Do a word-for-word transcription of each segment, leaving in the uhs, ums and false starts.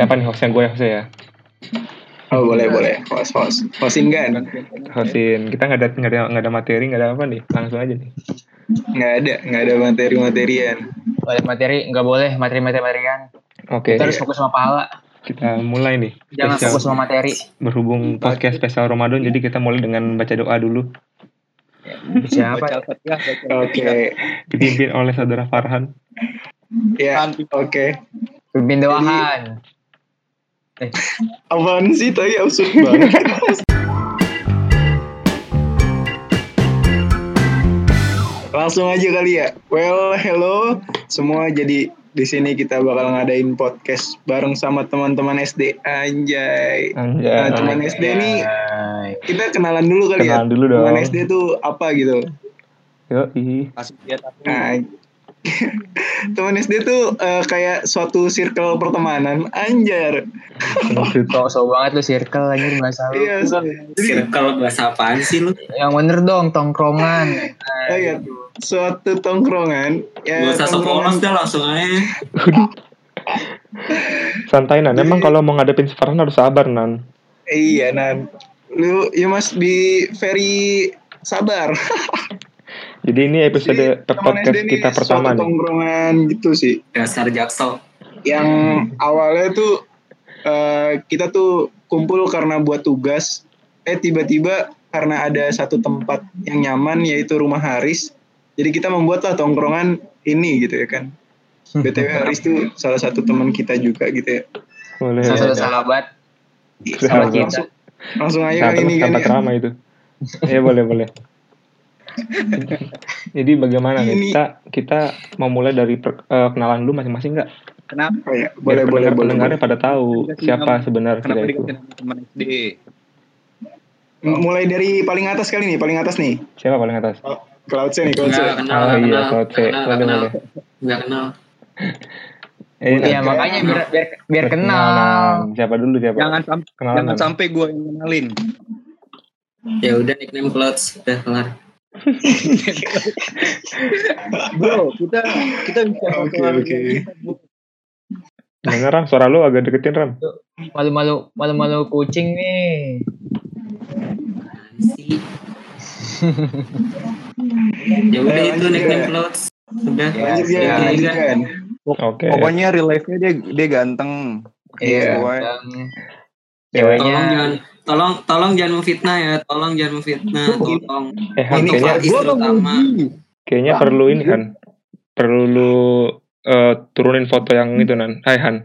Siapa nih hostnya? Gue hostnya ya. Oh boleh boleh. Host host. Hostin kan? Hostin. Kita nggak ada nggak ada nggak ada materi, nggak ada apa nih. Langsung aja nih. Nggak ada nggak ada materi-materian. Boleh materi, nggak boleh materi-materian. Oke. Kita harus fokus sama pahala. Kita mulai nih. Jangan Spesial. fokus sama materi. Berhubung podcast spesial Ramadan, jadi kita mulai dengan baca doa dulu. Siapa? Oke. Dipimpin oleh saudara Farhan. Ya. Oke. Pimpin doahan. Eh. Apaan sih tadi absurd banget. Langsung aja kali ya. Well, hello semua. Jadi di sini kita bakal ngadain podcast bareng sama teman-teman S D. Anjay. Anjay. Nah, teman S D nih kita kenalan dulu kali kenalan ya. Dulu dong. Teman S D tuh apa gitu? Yo, ih. Nah, teman S D tuh uh, kayak suatu circle pertemanan. Anjar. So banget lu circle anjir bahasa lu. Iya, so, circle bahasa apaan sih lu? Yang bener dong, tongkrongan. Oh iya, suatu tongkrongan. Ya, gak usah sekolah dah langsung aja. Santai Nan, emang kalau mau ngadepin si Farhan harus sabar Nan. Iya Nan, lu you must be very sabar. Jadi ini episode Jadi, podcast kita pertama nih. Tongkrongan gitu sih. Dasar jaksel. Yang awalnya tuh uh, kita tuh kumpul karena buat tugas. Eh tiba-tiba karena ada satu tempat yang nyaman yaitu rumah Haris. Jadi kita membuatlah tongkrongan ini gitu ya kan. B T W Haris tuh salah satu teman kita juga gitu ya. Boleh. Salah satu sahabat. Sahabat kita. Langsung, langsung aja kali ini kan. Sahabat ramah itu. Iya boleh boleh. Jadi bagaimana nih kita kita mau mulai dari per, uh, kenalan dulu masing-masing nggak? Kenapa ya? Boleh boleh boleh. Pendengarnya pada tahu siapa sebenarnya kita itu. Teman S D. Mulai dari paling atas kali nih, paling atas nih. Siapa paling atas? Oh, Cloud C nih, Cloud C. Oh iya, Cloud C. Boleh boleh. Enggak kenal. Eh, iya makanya biar biar biar kenal. Siapa dulu siapa? Jangan sampai jangan sampai gue yang kenalin. Ya udah nickname Cloud udah kelar. Bro, kita kita bisa oke oke. Dengar Ram, suara lu agak deketin Ram. Malu-malu malu-malu kucing nih. Sih. Ya udah itu nickname Cloud. Udah. Lanjut ya, lanjutkan. Oke. Pokoknya real life-nya dia dia ganteng. Iya. Ceweknya. Tolong jangan tolong tolong jangan memfitnah ya. Tolong jangan memfitnah. Tolong. Eh, Han, kayaknya terutama. Kayaknya perlu ini kan. Perlu lu uh, turunin foto yang itu Nan. Hai Han.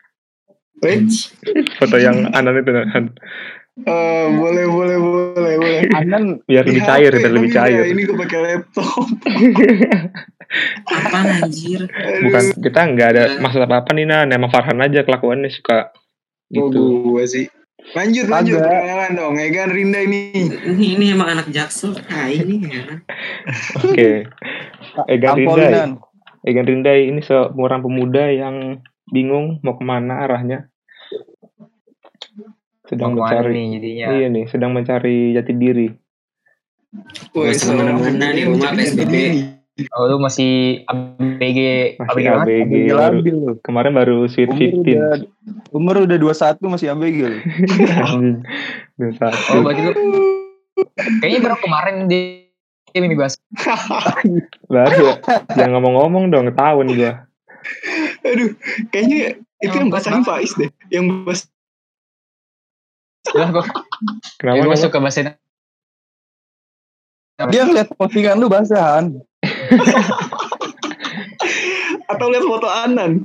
Foto yang Anan itu Han. Uh, boleh boleh boleh boleh. Anan biar lebih cair, biar lebih cair. Ini gue pakai laptop. Apaan anjir? Bukan, kita nggak ada maksud apa-apa nih Nan. Emang Farhan aja kelakuannya suka gitu. Oh, gue sih. Lanjut lanjut perkenalan dong. Egan Rinda ini. Ini ini emang anak jaksel. Nah ini ya. Oke. Egan Rinda. Egan Rinda ini seorang pemuda yang bingung mau kemana arahnya. Sedang mau mencari nih, jadinya. Iya nih, sedang mencari jati diri. Woi, semana-mana nih rumah P S B B. Oh, lu masih A B G, masih A B G. Baru, kemarin baru Sweet fifteen. Umur udah dua puluh satu masih A B G. dua puluh satu. Oh, berarti lu kayaknya baru kemarin di tim ini bahas. Baru. Jangan ngomong-ngomong dong, tahun gua. Aduh, kayaknya itu yang bahasain Faiz deh. Yang bahas lah gua. Kenapa? Ya, gua suka bahasa. Dia ngeliat postingan lu bahasan. Atau lihat foto Anan.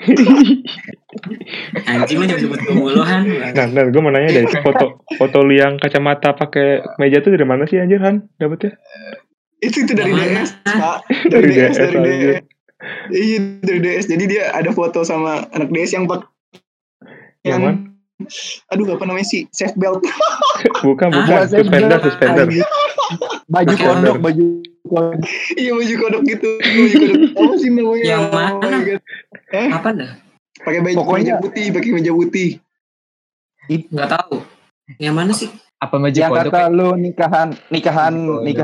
Anjing mah nyebut pemuluhan. Nah, nah gue mau nanya deh, itu foto foto lu yang kacamata pakai meja tuh dari mana sih anjir Han? Dapetnya? Itu itu dari D S, Pak. Dari D S, dari D S. Iya, dari D S. Jadi dia ada foto sama anak D S yang pakai yang Yang aduh apa namanya sih? Safe belt. Bukan, bukan. Suspender, suspender. Baju kodok, baju kodok. Iya, baju kodok gitu. Baju kodok. Apa sih namanya? Yang mana? Eh? Apa dah? Pakai baju Pokoknya, meja putih, pakai meja putih. Enggak tahu. Yang mana sih? Apa baju yang kodok? kata lu nikahan, nikahan,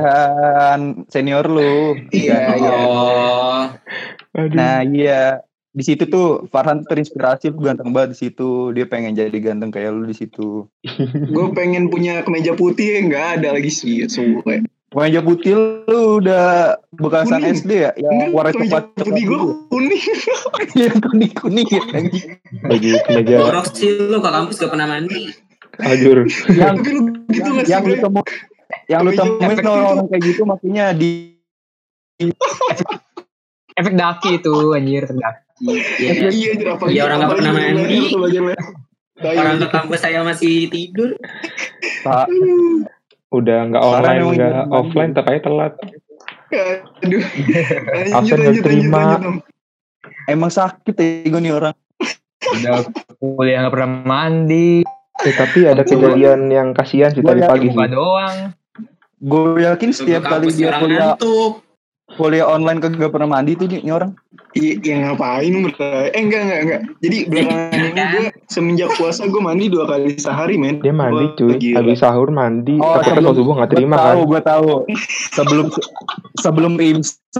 nikahan senior lu. Iya, iya. Oh. Aduh. Nah, iya. di situ tuh Farhan terinspirasi, lu ganteng banget di situ. Dia pengen jadi ganteng kayak lu di situ. Gue pengen punya kemeja putih, nggak ada lagi sih semua. Kemeja putih lu udah bekasan Kuning. S D ya? Yang warna Kemeja coklat putih gue kuning. yang kuning kuning ya. Baju kemeja Jorok sih lu ke kampus gak pernah mandi. ajur. Yang Tapi lu gitu nggak sih? yang lu Bray? temu yang lu Kemeja temuin efek orang kayak gitu maksudnya di Efek daki itu anjir, efek daki. Iya. Iya, anjir, apa Iya, orang nggak apalagi pernah bagian mandi. leher tuh, bagian leher. Tai. Orang ke kampus saya masih tidur. Pak. Udah nggak Farhan online emang nggak jarang offline mandi. tapi aja telat. Aduh. Absen Lanjut, nggak lanjut, lanjut, terima. lanjut, Om. Emang sakit ego nih orang. Udah kuliah nggak pernah mandi, Eh, tapi ada kejadian yang kasihan sih Gua tadi ya- pagi buka sih. doang. Gue yakin setiap Ke kali kampus dia orang kuliah ngantuk. kuliah online kagak pernah mandi tuh nih orang. Iya, ya ngapain Bray? Eh enggak, enggak, enggak. Jadi belakangan ini Kan? gue semenjak puasa gue mandi dua kali sehari, men. Dia mandi Wah, cuy, gila. habis sahur mandi, Oh, takutnya kalau subuh nggak terima gue kan. tahu, gue tahu. Sebelum sebelum imsak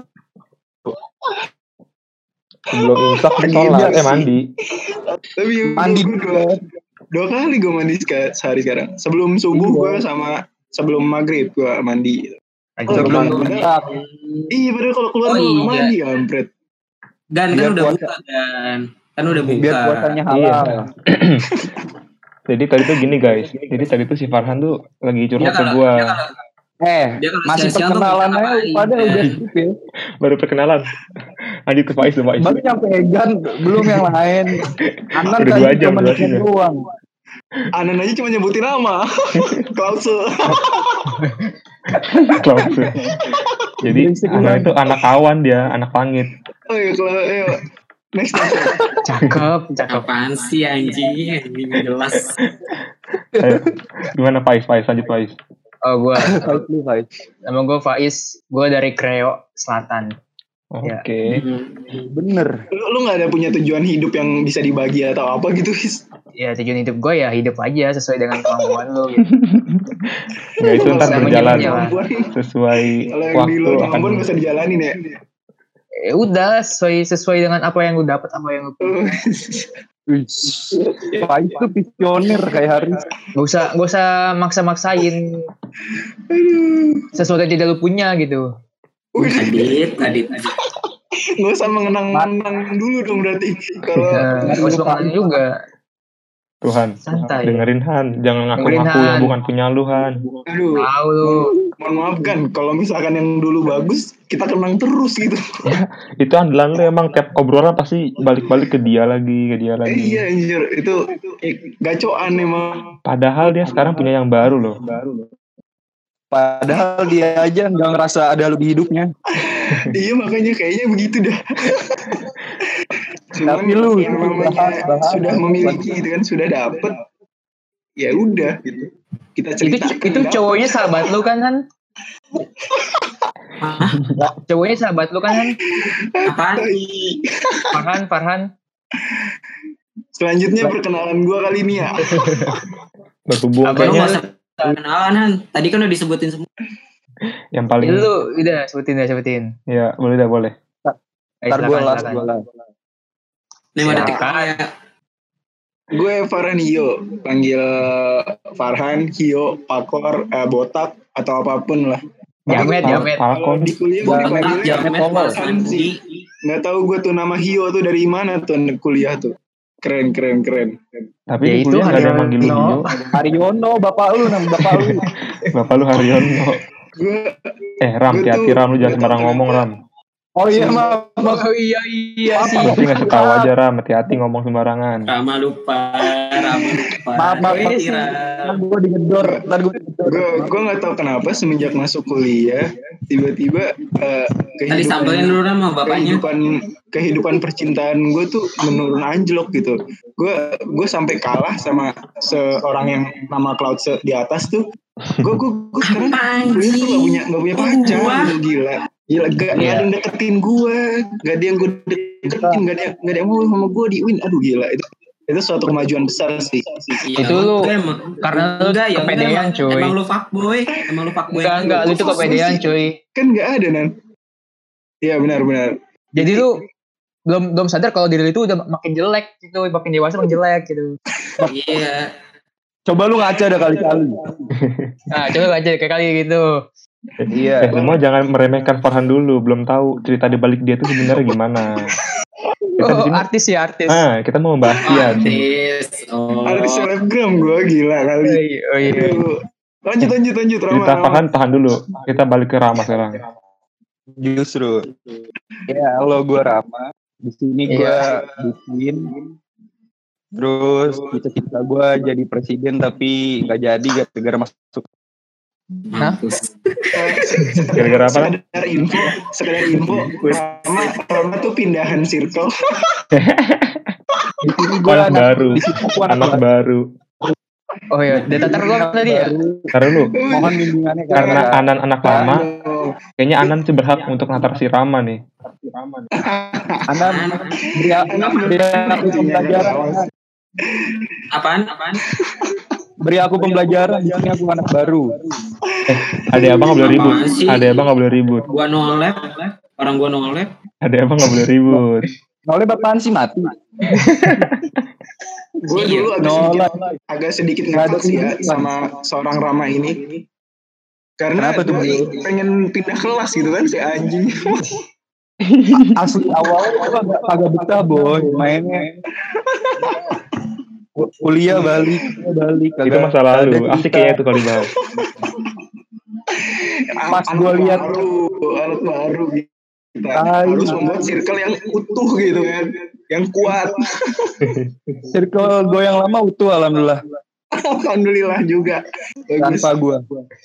Sebelum imsak dia Iya sholat, eh sih. mandi. Tapi mandi gue dua, dua kali gue mandi seka- sehari sekarang. Sebelum subuh Iya. gue sama sebelum maghrib gue mandi. Anjir, Oh, sebelum gila. imsak. Iya, padahal kalau keluar Oh, gue nggak iya. mandi, kampret. Dan kan Biar udah puasa. buka kan. Kan udah buka. Biar puasanya Iya. halal. Jadi tadi tuh gini guys, jadi tadi tuh si Farhan tuh lagi Dia curhat ke kalau gua. dia kalau Eh, dia kalau masih siang-siang tuh perkenalan kita aja ngapain, pada Dan? udah skip ya. Baru perkenalan. Lanjut ke Faiz tuh Faiz. Baru nyampe Egan, belum yang lain. Anan Udah dua tadi jam, cuma dua nyebutin jam. doang. Anan aja cuma nyebutin nama. Klausul. Klausul. Jadi Berisik Anan banget. itu anak awan dia, anak langit. Oh iya, kalau ayo. Next, next. cakep, cakep. Apaan sih anjing? Anjing nggak jelas. Ayo, gimana Faiz? Faiz lanjut Faiz. Oh gue, Faiz lu, Faiz. nama gue Faiz, gue dari Kreo Selatan. Oke. Bener. Lu, lu gak ada punya tujuan hidup yang bisa dibagi atau apa gitu, Fis? Ya tujuan hidup gue ya hidup aja sesuai dengan kemampuan lo gitu. Nggak itu ntar Bisa berjalan menjalan. sesuai Kalau yang di waktu luar akan. kemampuan gak usah dijalanin ya. Ya udah sesuai sesuai dengan apa yang gue dapat, apa yang gue Oh, Wih, Faiz tuh visioner kayak Haris. gak usah gak usah maksa-maksain sesuatu yang tidak lu punya gitu. Adit, Adit, Adit. Gak usah mengenang-menang dulu dong berarti. Kalau Nah, gak usah mengenang juga, Tuhan, santai. dengerin Han, jangan Dengerin, ngaku-ngaku Han. yang bukan punya lu Han. aduh, Tahu lu. mohon maaf kan, kalau misalkan yang dulu bagus, kita kenang terus gitu. Itu andalan lu emang tiap obrolan pasti balik-balik ke dia lagi, ke dia Eh, lagi. iya anjir, itu eh, gacoan emang. Padahal dia sekarang punya yang baru loh. Padahal dia aja nggak ngerasa ada lu di hidupnya. Iya makanya kayaknya begitu dah. Cuman Tapi lu yang namanya bahas-bahas. sudah memiliki gitu kan, sudah dapet, ya udah gitu. Kita Itu ceritakan. itu dapet. cowoknya sahabat lu kan kan? Cowoknya sahabat lu kan kan? Apaan? Farhan, Farhan. Selanjutnya perkenalan gue kali ini ya. Berhubung Apa Lu kayaknya nggak usah kenalan Han. Tadi kan udah disebutin semua. yang paling Itu lu udah sebutin udah sebutin. ya boleh dah boleh. Ayo, Ntar gue silakan, las, silakan. gue las. Lima Ya. detik ya. Gue Farhan Hio, panggil Farhan, Hio, Pakor, eh, Botak atau apapun lah. Jamet, Fal- jamet. Kalau Falcon. di kuliah gue Botak, dipanggilnya jamet, Farhan Falcon. sih. Nggak tahu gue tuh nama Hio tuh dari mana tuh anak kuliah tuh. Keren, keren, keren. Tapi Ya di itu kuliah nggak ada yang Haryono. manggil lu Dio. Haryono, bapak lu, nama bapak lu. Bapak lu Haryono. Gue Eh Ram, Gue hati-hati tuh Ram, lu jangan nggak sembarang tahu ngomong Ram. Oh iya, maaf, maaf. Oh iya iya sih. Lu sih ngasih tahu aja Ram, hati-hati ngomong sembarangan. Rama lupa, Rama lupa. Maaf, maaf, maaf. Ih, Ram. Ntar gue digedor, ntar gue digedor. gue gue nggak tahu kenapa semenjak masuk kuliah tiba-tiba eh, Tadi samperin dulu Ram sama bapaknya. kehidupan kehidupan percintaan gue tuh menurun anjlok gitu. Gue gue sampai kalah sama seorang yang nama Cloud se- di atas tuh. Gue gue gue sekarang Apaan gue tuh sih? gak punya gak punya pacar Gua. gitu, gila. Gila gak, gak Iya. ada yang deketin gue, gak ada yang gue deketin, gak ada yang gak ada yang mau sama gue di win. Aduh gila itu itu suatu kemajuan besar sih. Iya, Itu lu emang- karena lu enggak ya kepedean, enggak, emang, cuy. emang lu fuckboy, emang lu fuckboy. Enggak enggak, lu tuh kepedean cuy. Kan gak ada nan. Iya benar-benar. Jadi lu belum belum sadar kalau diri itu udah makin jelek gitu, makin dewasa makin jelek gitu. Iya. Coba lu ngaca ada kali-kali. Nah, coba aja kayak kali gitu. Iya. Eh, semua jangan meremehkan Farhan dulu, belum tahu cerita di balik dia tuh sebenarnya gimana. Kita Oh, di sini, artis ya artis. ah, kita mau membahas dia di sini. Artis. Oh. Artis selebgram gue gila Oh kali. iya, oh iya. Aduh. Lanjut lanjut lanjut Rama. Cerita Rama. Farhan tahan dulu. Kita balik ke Rama sekarang. Justru. Ya, halo gue Rama. Di sini gue Iya. bikin. Terus cita-cita gue jadi presiden tapi nggak jadi gara-gara masuk. Mampus. Gara-gara apa? Ram? Sekedar info, sekedar info. Rama, Rama tuh pindahan circle. Di sini gue Anak baru. Di sini gua Anak baru. Oh iya, data tergolong tadi ya. Karena lu, Mohon bimbingannya karena Anan anak lama, Aduh. kayaknya Anan sih berhak untuk natar si Rama nih. Anda beri beri aku pembelajaran. Apaan? Apaan? Beri aku pembelajaran. Di sini aku anak baru. Eh, ada abang nggak boleh ribut. Apaan sih? Ada abang nggak boleh ribut. Gua nolep. Orang gua nolep. Ada abang nggak boleh ribut. Nolnya bapaan sih mati? Gue Iya. dulu agak Nolak. sedikit, agak sedikit Nggak ada ngefans ya pilihan. sama seorang Rama ini. Karena Kenapa tuh, gue Bro? pengen pindah kelas gitu kan si anjing. Asli awal gua agak agak betah boy mainnya. Kuliah balik, kuliah balik. Itu masa lalu. Asik kayaknya itu kalau dibahas. Pas Anak gua lihat- baru, anak baru kita Tai. harus membuat circle yang utuh gitu kan, yang kuat. Circle gue yang lama utuh alhamdulillah Alhamdulillah juga. Bagus. tanpa gue.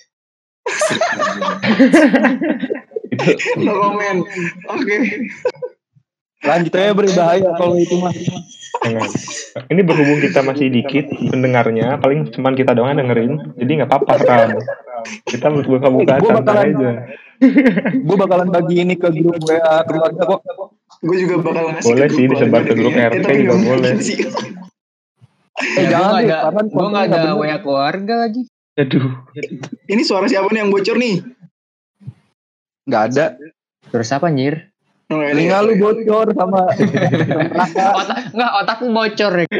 No comment. Oke. Lanjut aja berbahaya kalau itu mah. Jangan. Ini berhubung kita masih dikit pendengarnya, paling cuma kita doang yang dengerin, jadi nggak apa-apa Ram. Kita buka-buka Eh, gua santai bakalan- aja. Gue bakalan bagi ini ke grup W A keluarga kok. Gue juga bakal ngasih Boleh ke sih, grup disebar keluarga ke grup deh. R T Eh, tapi juga nggak boleh. mungkin sih. Eh, Ya, jangan gue deh, nggak ada, Farhan gue nggak kontennya ada nggak W bener. A keluarga lagi. Aduh. Ini suara siapa nih yang bocor nih? Nggak ada. Terus apa anjir? Oh, ini. Telinga lu bocor sama neraka. Otak enggak, otakku bocor ya.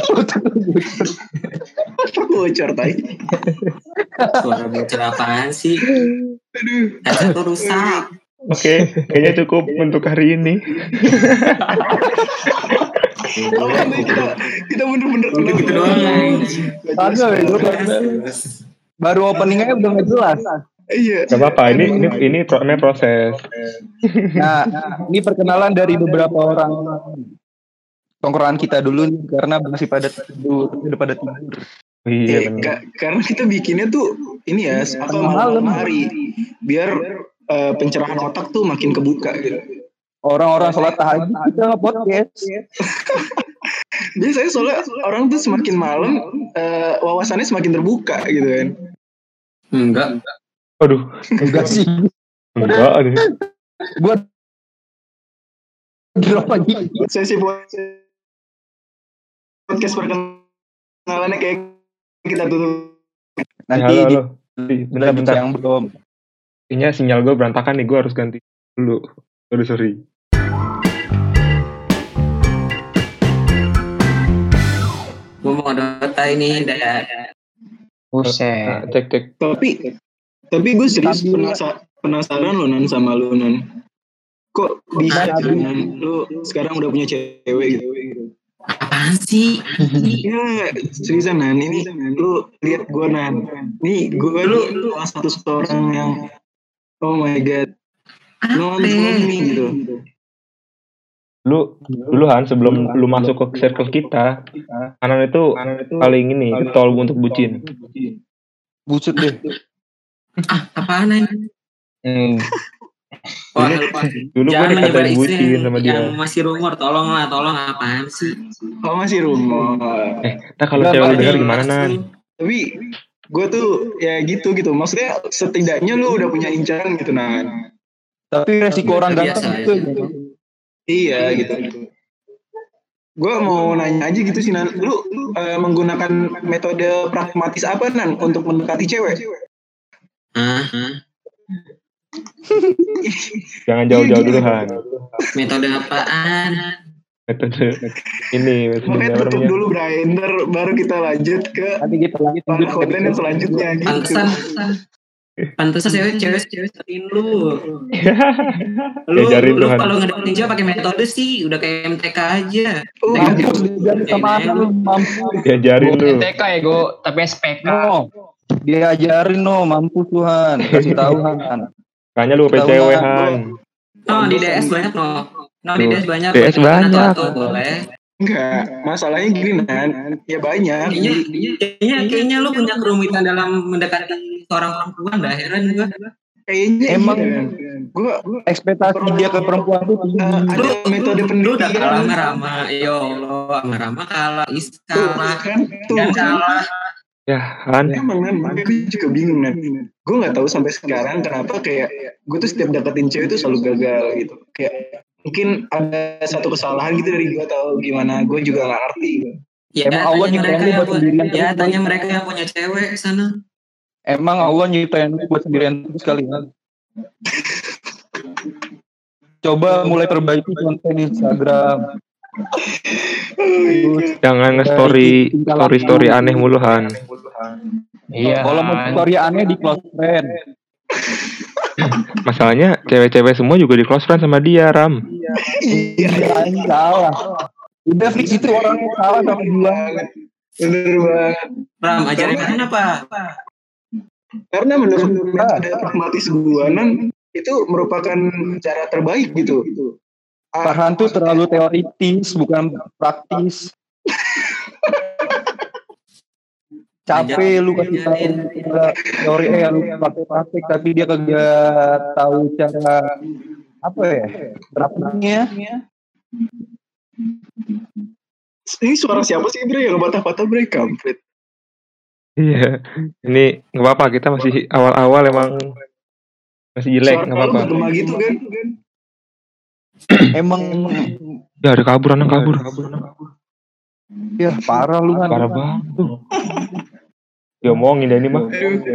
Bocor tai. Suara bocor apaan sih? Aduh. Kaca tuh rusak. Oke, kayaknya cukup untuk hari ini. Oh, nanti kita kita bener-bener Udah gitu doang. anjing. Kagak, ya, gua kagak. Baru openingnya udah nggak jelas. Iya. Gak apa-apa, ini ini ini pro- namanya proses. Nah, ini perkenalan dari beberapa orang tongkrongan kita dulu nih, karena masih pada tidur, udah pada tidur. Iya Eh, benar. ka- karena kita bikinnya tuh ini ya apa Tengah malam malam. hari biar eh, pencerahan otak tuh makin kebuka gitu. Orang-orang sholat tahajud kita nge-podcast. Biasanya soalnya orang tuh semakin malam eh, wawasannya semakin terbuka gitu kan. Enggak. Aduh, Enggak sih, enggak ada. gue drop lagi. Sesi podcast perkenalannya kayak kita tutup. Nanti halo, di halo. Bentar, bentar. yang belum. Kayaknya sinyal gue berantakan nih, gue harus ganti dulu. Sorry, sorry. Gue mau data ini dah. Buset. Nah, cek, cek. Tapi tapi gue serius penasa- penasaran lo Nan sama lo Nan. Kok bisa Apaan? gitu, Nan? Lu sekarang udah punya cewek gitu. Apaan sih? Ya, seriusan Nan, ini lu lihat gue Nan. Nih, gue lu salah satu orang yang oh my god. No one told me gitu. Lu dulu Han sebelum lu masuk ke circle kita, Anan itu paling ini getol untuk bucin. Buset deh. Ah, apaan ini? Hmm. Wah, Dulu- lupa. Dulu gue Jangan menyebar dikatain isu bucin yang, sama yang dia. masih rumor. Tolonglah, tolong apaan sih? Oh masih rumor. Eh, nah kalau Nggak, cewek lu Pak, denger Jelas gimana Nan? tuh. Tapi gue tuh ya gitu gitu. Maksudnya setidaknya lu udah punya incaran gitu Nan. Tapi resiko orang Biasa ganteng aja. gitu. Iya gitu. Gue mau nanya aja gitu sih Nan. Lu eh, menggunakan metode pragmatis apa Nan untuk mendekati cewek? Hah? Hah? Jangan jauh-jauh dulu Han. Metode apaan? Metode ini metode Makanya apa tutup namanya? dulu Bray, ntar baru kita lanjut ke Nanti kita lanjut para konten yang selanjutnya gitu. Pantesan, pantesan cewek-cewek cewek seperti lu. Lu, Diajarin lu Tuhan. kalau ngedeketin cewek pakai metode sih udah kayak M T K aja. Oh, Mampus diajarin sama anak lu, mampus. Diajarin Gue lu. T K ya gue, tapi S P K. No, diajarin no, mampus Tuhan. Kasih tahu Han. Kayaknya lu Tahu P C W nggak? Han. No, di D S banyak no. No, di D S banyak. D S banyak. Atau boleh. enggak, masalahnya gini Nan, ya banyak. Kayaknya, kayaknya, kayaknya lu punya kerumitan dalam mendekati seorang perempuan dah, heran gua. Kayaknya Emang iya, gue ekspektasi dia ke perempuan tuh tinggi. ada metode Lu udah kalah penelitian. sama Rama, ya Allah, sama Rama kalah, Is Tuh, kalah, kan, tuh dan kan. kalah. Ya Han. Emang Nan, makanya gue juga bingung Nan. Gue nggak tahu sampai sekarang kenapa kayak gue tuh setiap dapetin cewek tuh selalu gagal gitu. Kayak mungkin ada satu kesalahan gitu dari gue atau gimana, gue juga nggak ngerti. Ya, Emang Allah tanya mereka nyiptain lu yang buat punya, sendirian ya terus, tanya Boy. mereka yang punya cewek sana. Emang Allah nyiptain lu buat sendirian terus kali ya. Coba mulai perbaiki konten Instagram. Terus Jangan nge-story story-story aneh mulu Han. Iya. kalau mau story aneh di close friend. Masalahnya cewek-cewek semua juga di close friend sama dia Ram. Iya, Ini salah. Udah fix itu orangnya salah sama dia. bener banget. Ram, ajarin kalian apa? Karena menurut metode pragmatis gue Nan, itu merupakan cara terbaik gitu. Farhan tuh terlalu teoritis, bukan praktis. Capek lu kasih tahu teori eh lu pakai praktik tapi dia kagak tahu cara apa ya praktiknya. Ini suara siapa sih Bre yang patah-patah Bre kampret? Iya. Ini nggak apa-apa, kita masih awal-awal emang masih jelek, nggak Suara lu apa-apa. bergema gitu kan? Emang Ya ada kabur anak kabur. ya parah lu kan. Parah banget tuh. Diomongin dah ini mah.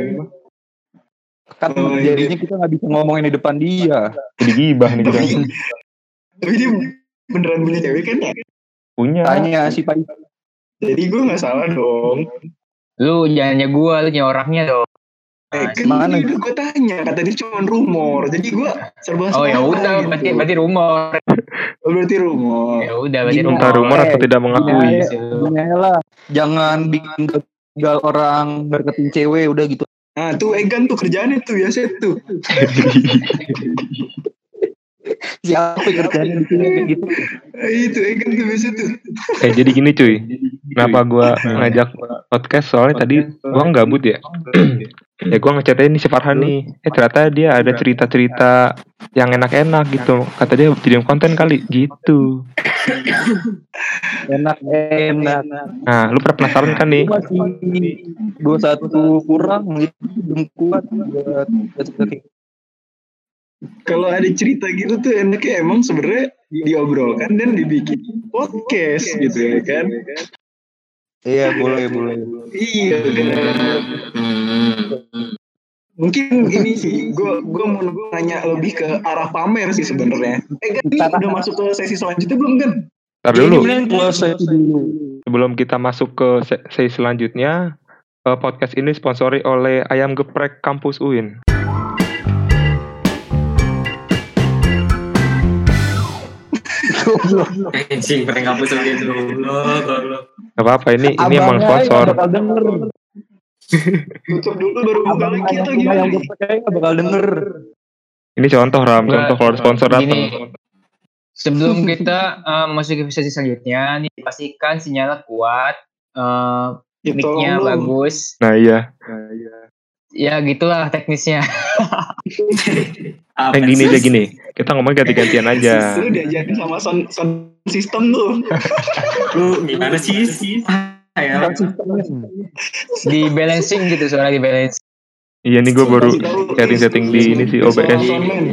Kan Oh, iya. jadinya kita nggak bisa ngomongin di depan dia. Jadi gibah nih kita. Tapi dia beneran punya cewek kan ya? Punya. Tanya si Pak. Jadi gue nggak salah dong. Lu jangan nanya gue, lu nanya orangnya dong. Eh, Nah, kan mana? gue gue tanya, kata dia cuma rumor. Jadi gue serba Oh ya salah udah, gitu. berarti berarti rumor. Oh, berarti rumor. Ya udah, berarti Gini, rumor. Entah rumor atau tidak mengakui. Gini lah, jangan bikin gagal orang deketin cewek udah gitu. Nah tuh Egan tuh kerjaannya tuh ya set tuh. Siapa yang kerjanya di sini kayak gitu? Eh, itu Egan tuh biasa tuh. Eh jadi gini cuy. Kenapa gua ngajak podcast soalnya tadi gua gabut ya. Ya gua ngechatnya nih si Farhan nih. Eh ternyata dia ada cerita-cerita yang enak-enak gitu. Kata dia jadi konten kali gitu. Enak enak. Nah, lu pernah penasaran kan nih? Gua masih dua satu kurang gitu, belum kuat buat buat- Kalau ada cerita gitu tuh enaknya emang sebenarnya diobrolkan dan dibikin podcast gitu ya kan. Iya boleh boleh. Iya kan. Mungkin ini sih, gue gue mau nanya lebih ke arah pamer sih sebenarnya. Eh kan ini udah masuk ke sesi selanjutnya belum kan? Ntar Ini dulu. mending close aja dulu. Sebelum kita masuk ke se- sesi selanjutnya, eh, podcast ini sponsori oleh Ayam Geprek Kampus U I N. Anjing, pengen kampus lagi dulu. Goblok. Gak apa-apa, ini ini emang Abangnya sponsor. nggak bakal denger. Tutup dulu baru buka Abang lagi yang atau punya gimana? yang nih? gue percaya nggak bakal denger. Ini contoh Ram, Nggak, contoh kalau sponsor datang. Gini, sebelum kita uh, masuk ke sesi selanjutnya, nih pastikan sinyalnya kuat, uh, Ya, mic-nya tolong dong. bagus. Nah iya. Ya gitulah teknisnya. Apa Eh gini sih? aja gini, kita ngomong ganti-gantian aja. Lu diajarin sama sound, sound system tuh. Lu gimana sih? Ya, Di balancing gitu, soalnya di balance. Iya nih gue baru Kasih tahu, setting-setting di ini sih O B S. Soundman.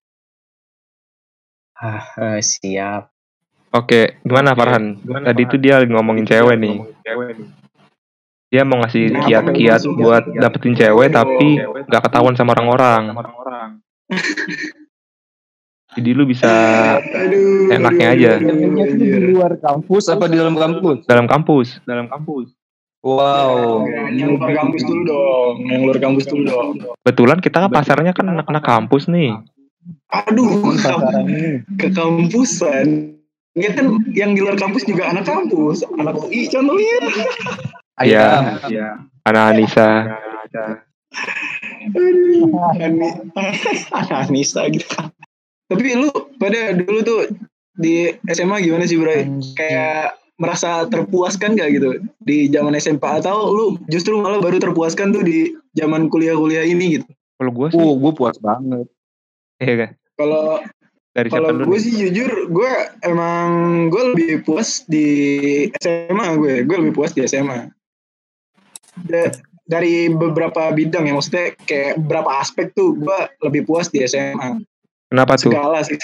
Ah, eh, siap. Oke, gimana Farhan? Tadi tuh dia lagi ngomongin cewek nih. Dia mau ngasih kiat-kiat buat dapetin cewek tapi gak ketahuan sama orang-orang. Jadi lu bisa Aduh, enaknya aduh, aja. aduh, Sebenarnya itu di luar kampus apa di dalam kampus? Dalam kampus. Dalam kampus. Wow. Yang luar kampus dulu dong, yang luar kampus dulu dong. Kebetulan kita kan pasarnya kan anak-anak kampus nih. Aduh, Ini pasarannya. ke kampusan. Ya kan yang di luar kampus juga anak kampus, anak U I contohnya. Iya. Ayam. Anak Anissa. Aduh, Ani- Anissa gitu. Tapi lu pada dulu tuh di S M A gimana sih, Bray? Kayak merasa terpuaskan gak gitu di zaman S M P atau lu justru malah baru terpuaskan tuh di zaman kuliah-kuliah ini gitu? Kalau gue sih, Oh, gue puas banget. iya kan? Kalau Dari siapa kalau dulu? gue nih? sih jujur, gue emang gue lebih puas di S M A gue, gue lebih puas di S M A. Da- dari beberapa bidang ya, maksudnya kayak beberapa aspek tuh gue lebih puas di S M A. Kenapa tuh? Segala sih.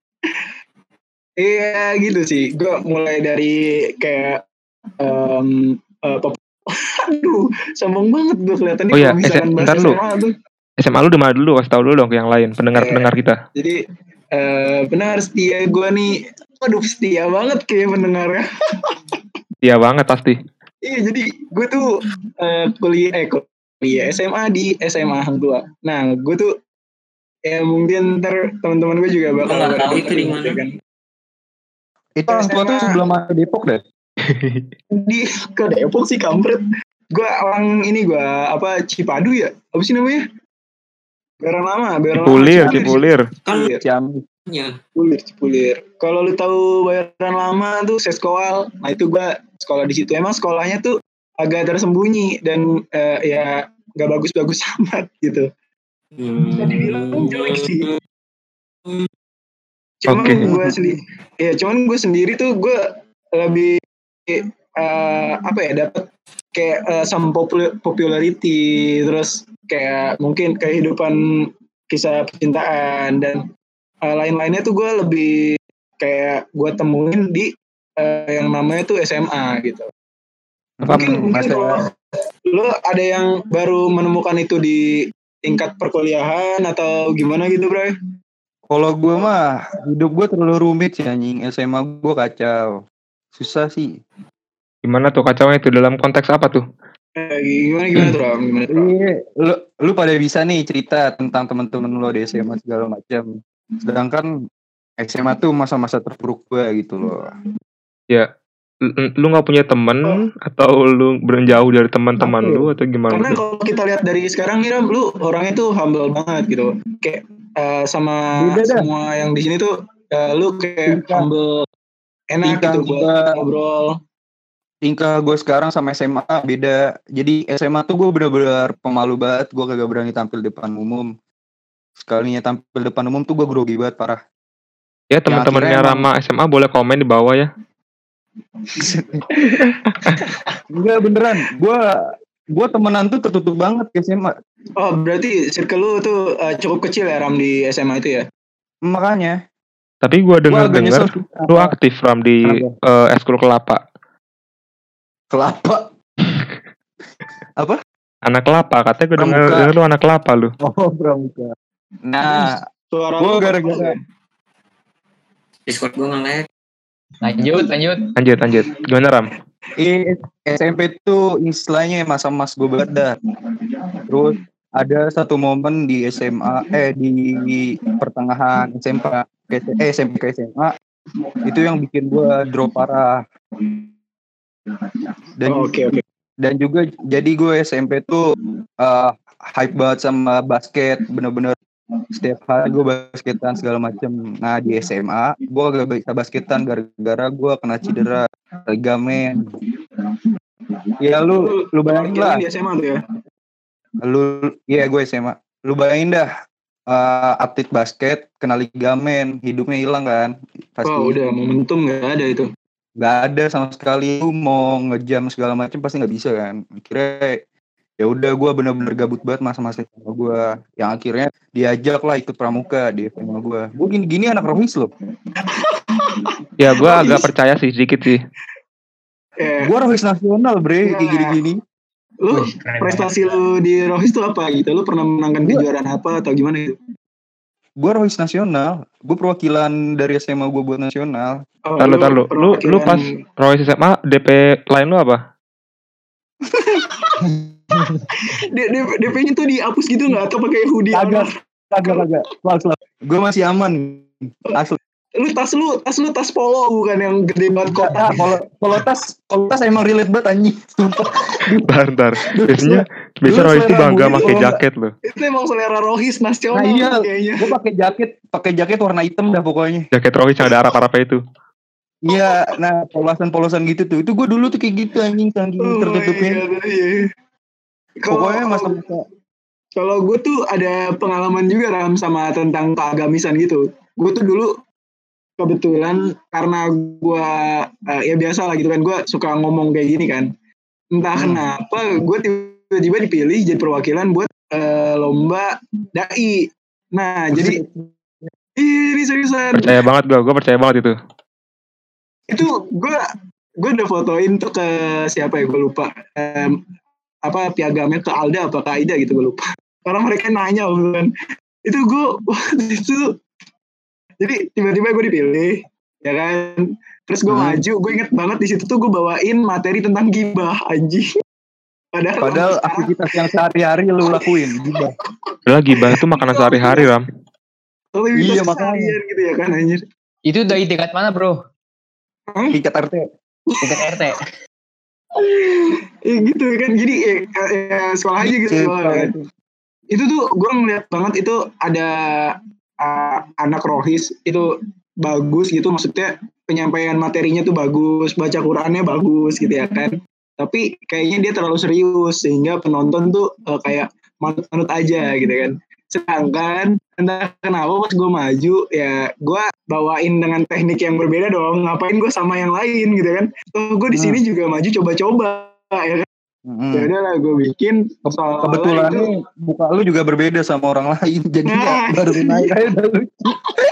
Iya gitu sih. Gue mulai dari kayak um, uh, pop- aduh, sombong banget gue kelihatan nih Oh iya, kalau misalkan S- bahas ntar S lu. M A tuh. S M A lu di mana dulu? Kasih tau dulu dong ke yang lain, pendengar-pendengar kita. Jadi eh, benar setia gue nih, waduh setia banget kayak pendengarnya. Iya banget pasti. Iya jadi gue tuh eh, kuliah eh kuliah S M A di S M A Hang Tua. Nah gue tuh ya mungkin ntar teman-teman gue juga bakal Gua nggak tahu pada itu di dengerin, mana. ya kan. Itu orang tua tuh sebelah mana Depok deh? Di ke Depok sih kampret. Gue orang ini gue apa Cipadu ya? Apa sih namanya? Bayaran lama, bayaran lama. Cipulir, Cipulir, Cipulir. Kan Cipulir, Ciamis. ya. Cipulir, Cipulir. Kalau lu tahu bayaran lama tuh Seskoal. Nah itu gue sekolah di situ. Emang sekolahnya tuh agak tersembunyi dan eh, ya nggak bagus-bagus amat gitu. Bisa dibilang jelek sih. Cuman Oke. gue sendiri, ya cuman gue sendiri tuh gue lebih eh, apa ya dapat kayak eh, some popul- popularity, terus kayak mungkin kehidupan kisah percintaan dan eh, lain-lainnya tuh gue lebih kayak gue temuin di eh, yang namanya tuh S M A gitu. Mungkin mungkin masa- kalau lo ada yang baru menemukan itu di tingkat perkuliahan atau gimana gitu, Bro? Kalau gue mah hidup gue terlalu rumit sih anjing. S M A gue kacau. Susah sih. Gimana tuh kacaunya itu dalam konteks apa tuh? Eh, gimana gimana tuh, Ram? Gimana tuh, Ram? Iya, lu lu pada bisa nih cerita tentang teman-teman lo di S M A segala macam. Sedangkan S M A tuh masa-masa terpuruk gue gitu loh. Ya, lu- lu nggak punya temen atau lu berjauh dari teman-teman Apa ya? lu atau gimana? Karena tuh? kalau kita lihat dari sekarang nih, Ram, lu orangnya tuh humble banget gitu. Kayak eh, sama Beda dah. semua yang di sini tuh eh, lu kayak Tingkah- humble, enak tingkah gitu buat gua- ngobrol. Tingkah gue sekarang sama S M A beda. Jadi S M A tuh gue bener-bener pemalu banget. Gue kagak berani tampil depan umum. Sekalinya tampil depan umum tuh gue grogi banget parah. Ya teman-temannya akhirnya emang- Rama S M A boleh komen di bawah ya. Enggak beneran. Gue gue temenan tuh tertutup banget ke S M A. Oh, berarti circle lu tuh eh, cukup kecil ya, Ram, di S M A itu ya? Makanya. Tapi gua Gue agak dengar-dengar nyesel. sih. lu aktif Ram di eh, eskul kelapa. Kelapa. Anak kelapa, katanya gue Pramuka. dengar lu anak kelapa lu. Oh, pramuka. Nah, Suara gue lu gara-gara Discord gue nge-lag. Lanjut, lanjut. Lanjut, lanjut. Gimana Ram? I- S M P tuh istilahnya masa mas gue banget dah. Terus ada satu momen di S M A eh di pertengahan S M P ke eh, S M P ke S M A itu yang bikin gue drop parah. Dan Oh, Oke, oke. dan juga jadi gue S M P tuh uh, hype banget sama basket, bener-bener setiap hari gue basketan segala macem. Nah di S M A gue gak bisa basketan gara-gara gue kena cedera ligamen. Ya lu lu bayangin lah, Kirain di S M A tuh ya. lu iya gue S M A. Lu bayangin dah uh, atlet basket kena ligamen, hidupnya hilang kan? Pasti. Oh, udah momentum nggak ada itu. Gak ada sama sekali. Lu mau ngejam segala macam pasti nggak bisa kan. Akhirnya ya udah gue bener-bener gabut banget masa-masa sama gue. Yang akhirnya diajak lah ikut pramuka di S M A gue. Gue gini-gini anak Rohis loh. Ya gue Oh, agak iya. percaya sih sedikit sih. Eh, Gue Rohis nasional bre, kayak gini-gini. lu Wih, keren prestasi lu di Rohis tuh apa gitu? Lu pernah menangkan Gua- kejuaraan apa atau gimana gitu? Gue Rohis nasional. Gue perwakilan dari S M A gue buat nasional. Oh, Tahu tahu lu, lu lu pas perwakilan- Royce S M A D P lain lu apa? D- D- D P-nya tuh dihapus gitu nggak atau pakai hoodie? Kagak, kagak, kagak. Gue masih aman. Asli. Lu tas lu tas lu tas polo bukan yang gede banget kok. Ah, kalau kalau tas, kalau tas emang relate banget anjing. Sumpah. Bentar, bentar. Biasanya biasa Dulu Royce tuh selera bangga gue pakai kalau jaket loh. Itu emang selera Rohis nasional Nah iya, kayaknya. gue pakai jaket, pakai jaket warna hitam dah pokoknya. Jaket Royce yang ada arap-arapnya itu. Iya, nah polosan-polosan gitu tuh. Itu gue dulu tuh kayak gitu anjing, saking Oh my tertutupin. God, iya. Kalau- Pokoknya masa-masa Kalau gue tuh ada pengalaman juga Ram sama tentang keagamisan gitu. Gue tuh dulu kebetulan karena gue uh, ya biasa lah gitu kan, gue suka ngomong kayak gini kan. Entah Hmm. kenapa gue tiba-tiba dipilih jadi perwakilan buat uh, lomba dai. Nah jadi ini seriusan Percaya banget gue, gue percaya banget itu. itu gue gue udah fotoin tuh ke siapa ya gue lupa. Um, apa piagamnya ke Alda apa ke Aida gitu gue lupa karena mereka nanya kan itu gue itu jadi tiba-tiba gue dipilih ya kan terus gue Hmm. maju gue inget banget di situ tuh gue bawain materi tentang gibah anjing padahal padahal sekarang- aktivitas yang sehari-hari lu lakuin gila. Udah gibah itu makanan sehari-hari, Ram. aktivitas Iya, makanya. keseharian gitu ya kan anjir. Itu dari tingkat mana bro? Tingkat R T. Tingkat R T. Ya gitu kan jadi eh, eh, sekolah aja gitu sekolah kan. Itu tuh gue ngeliat banget itu ada uh, anak Rohis itu bagus gitu maksudnya penyampaian materinya tuh bagus baca Qurannya bagus gitu ya kan tapi kayaknya dia terlalu serius sehingga penonton tuh uh, kayak manut-manut aja gitu kan sedangkan entah kenapa pas gue maju ya gue bawain dengan teknik yang berbeda dong ngapain gue sama yang lain gitu kan so, gue di sini juga maju coba-coba ya kan Hmm. ya udah lah gue bikin soal Kebetulan itu. nih muka lu juga berbeda sama orang lain jadi ya Nah. baru naik aja udah lucu.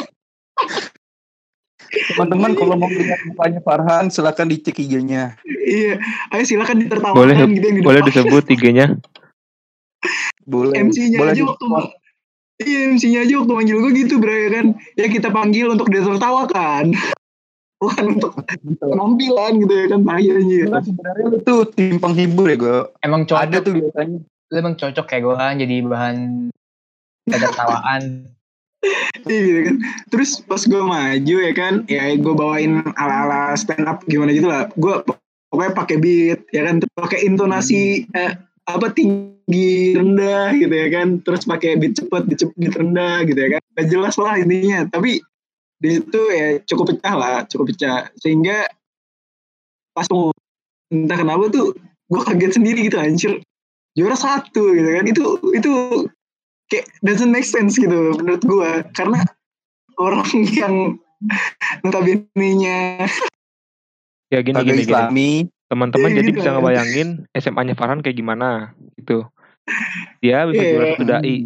Teman-teman kalau mau lihat mukanya Farhan silakan dicek I G-nya. Iya, ayo silakan ditertawakan Boleh gitu yang di boleh depan. disebut tiganya. Boleh. M C-nya boleh aja di- waktu Iya M C-nya aja waktu manggil gue gitu bro ya kan. Ya kita panggil untuk ditertawakan. Bukan untuk penampilan gitu ya kan. Bahaya Gila, aja. sebenarnya lu tuh tim penghibur ya gue. Emang cocok. Ada tuh biasanya. Lu emang cocok kayak gue kan jadi bahan tertawaan. Iya gitu kan. Terus pas gue maju ya kan. Ya gue bawain ala-ala stand up gimana gitu lah. Gue pokoknya pakai beat ya kan. Terus pakai intonasi eh, apa tinggi rendah gitu ya kan. Terus pakai beat cepet, beat, cepet, beat rendah gitu ya kan. Gak jelas lah intinya. Tapi di situ ya cukup pecah lah, cukup pecah. Sehingga pas mau entah kenapa tuh gue kaget sendiri gitu anjir. Juara satu gitu kan. Itu itu kayak doesn't make sense gitu menurut gue. Karena orang yang notabene-nya Ya gini Kagak gini gini. Islami. Teman-teman Iya, jadi gitu. bisa ngebayangin S M A-nya Farhan kayak gimana gitu. Dia bisa Iya. juara satu dai.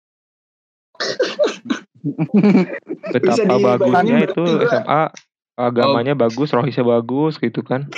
Bisa Betapa dibayangin bagusnya berarti itu gua- S M A agamanya bagus, rohisnya bagus gitu kan.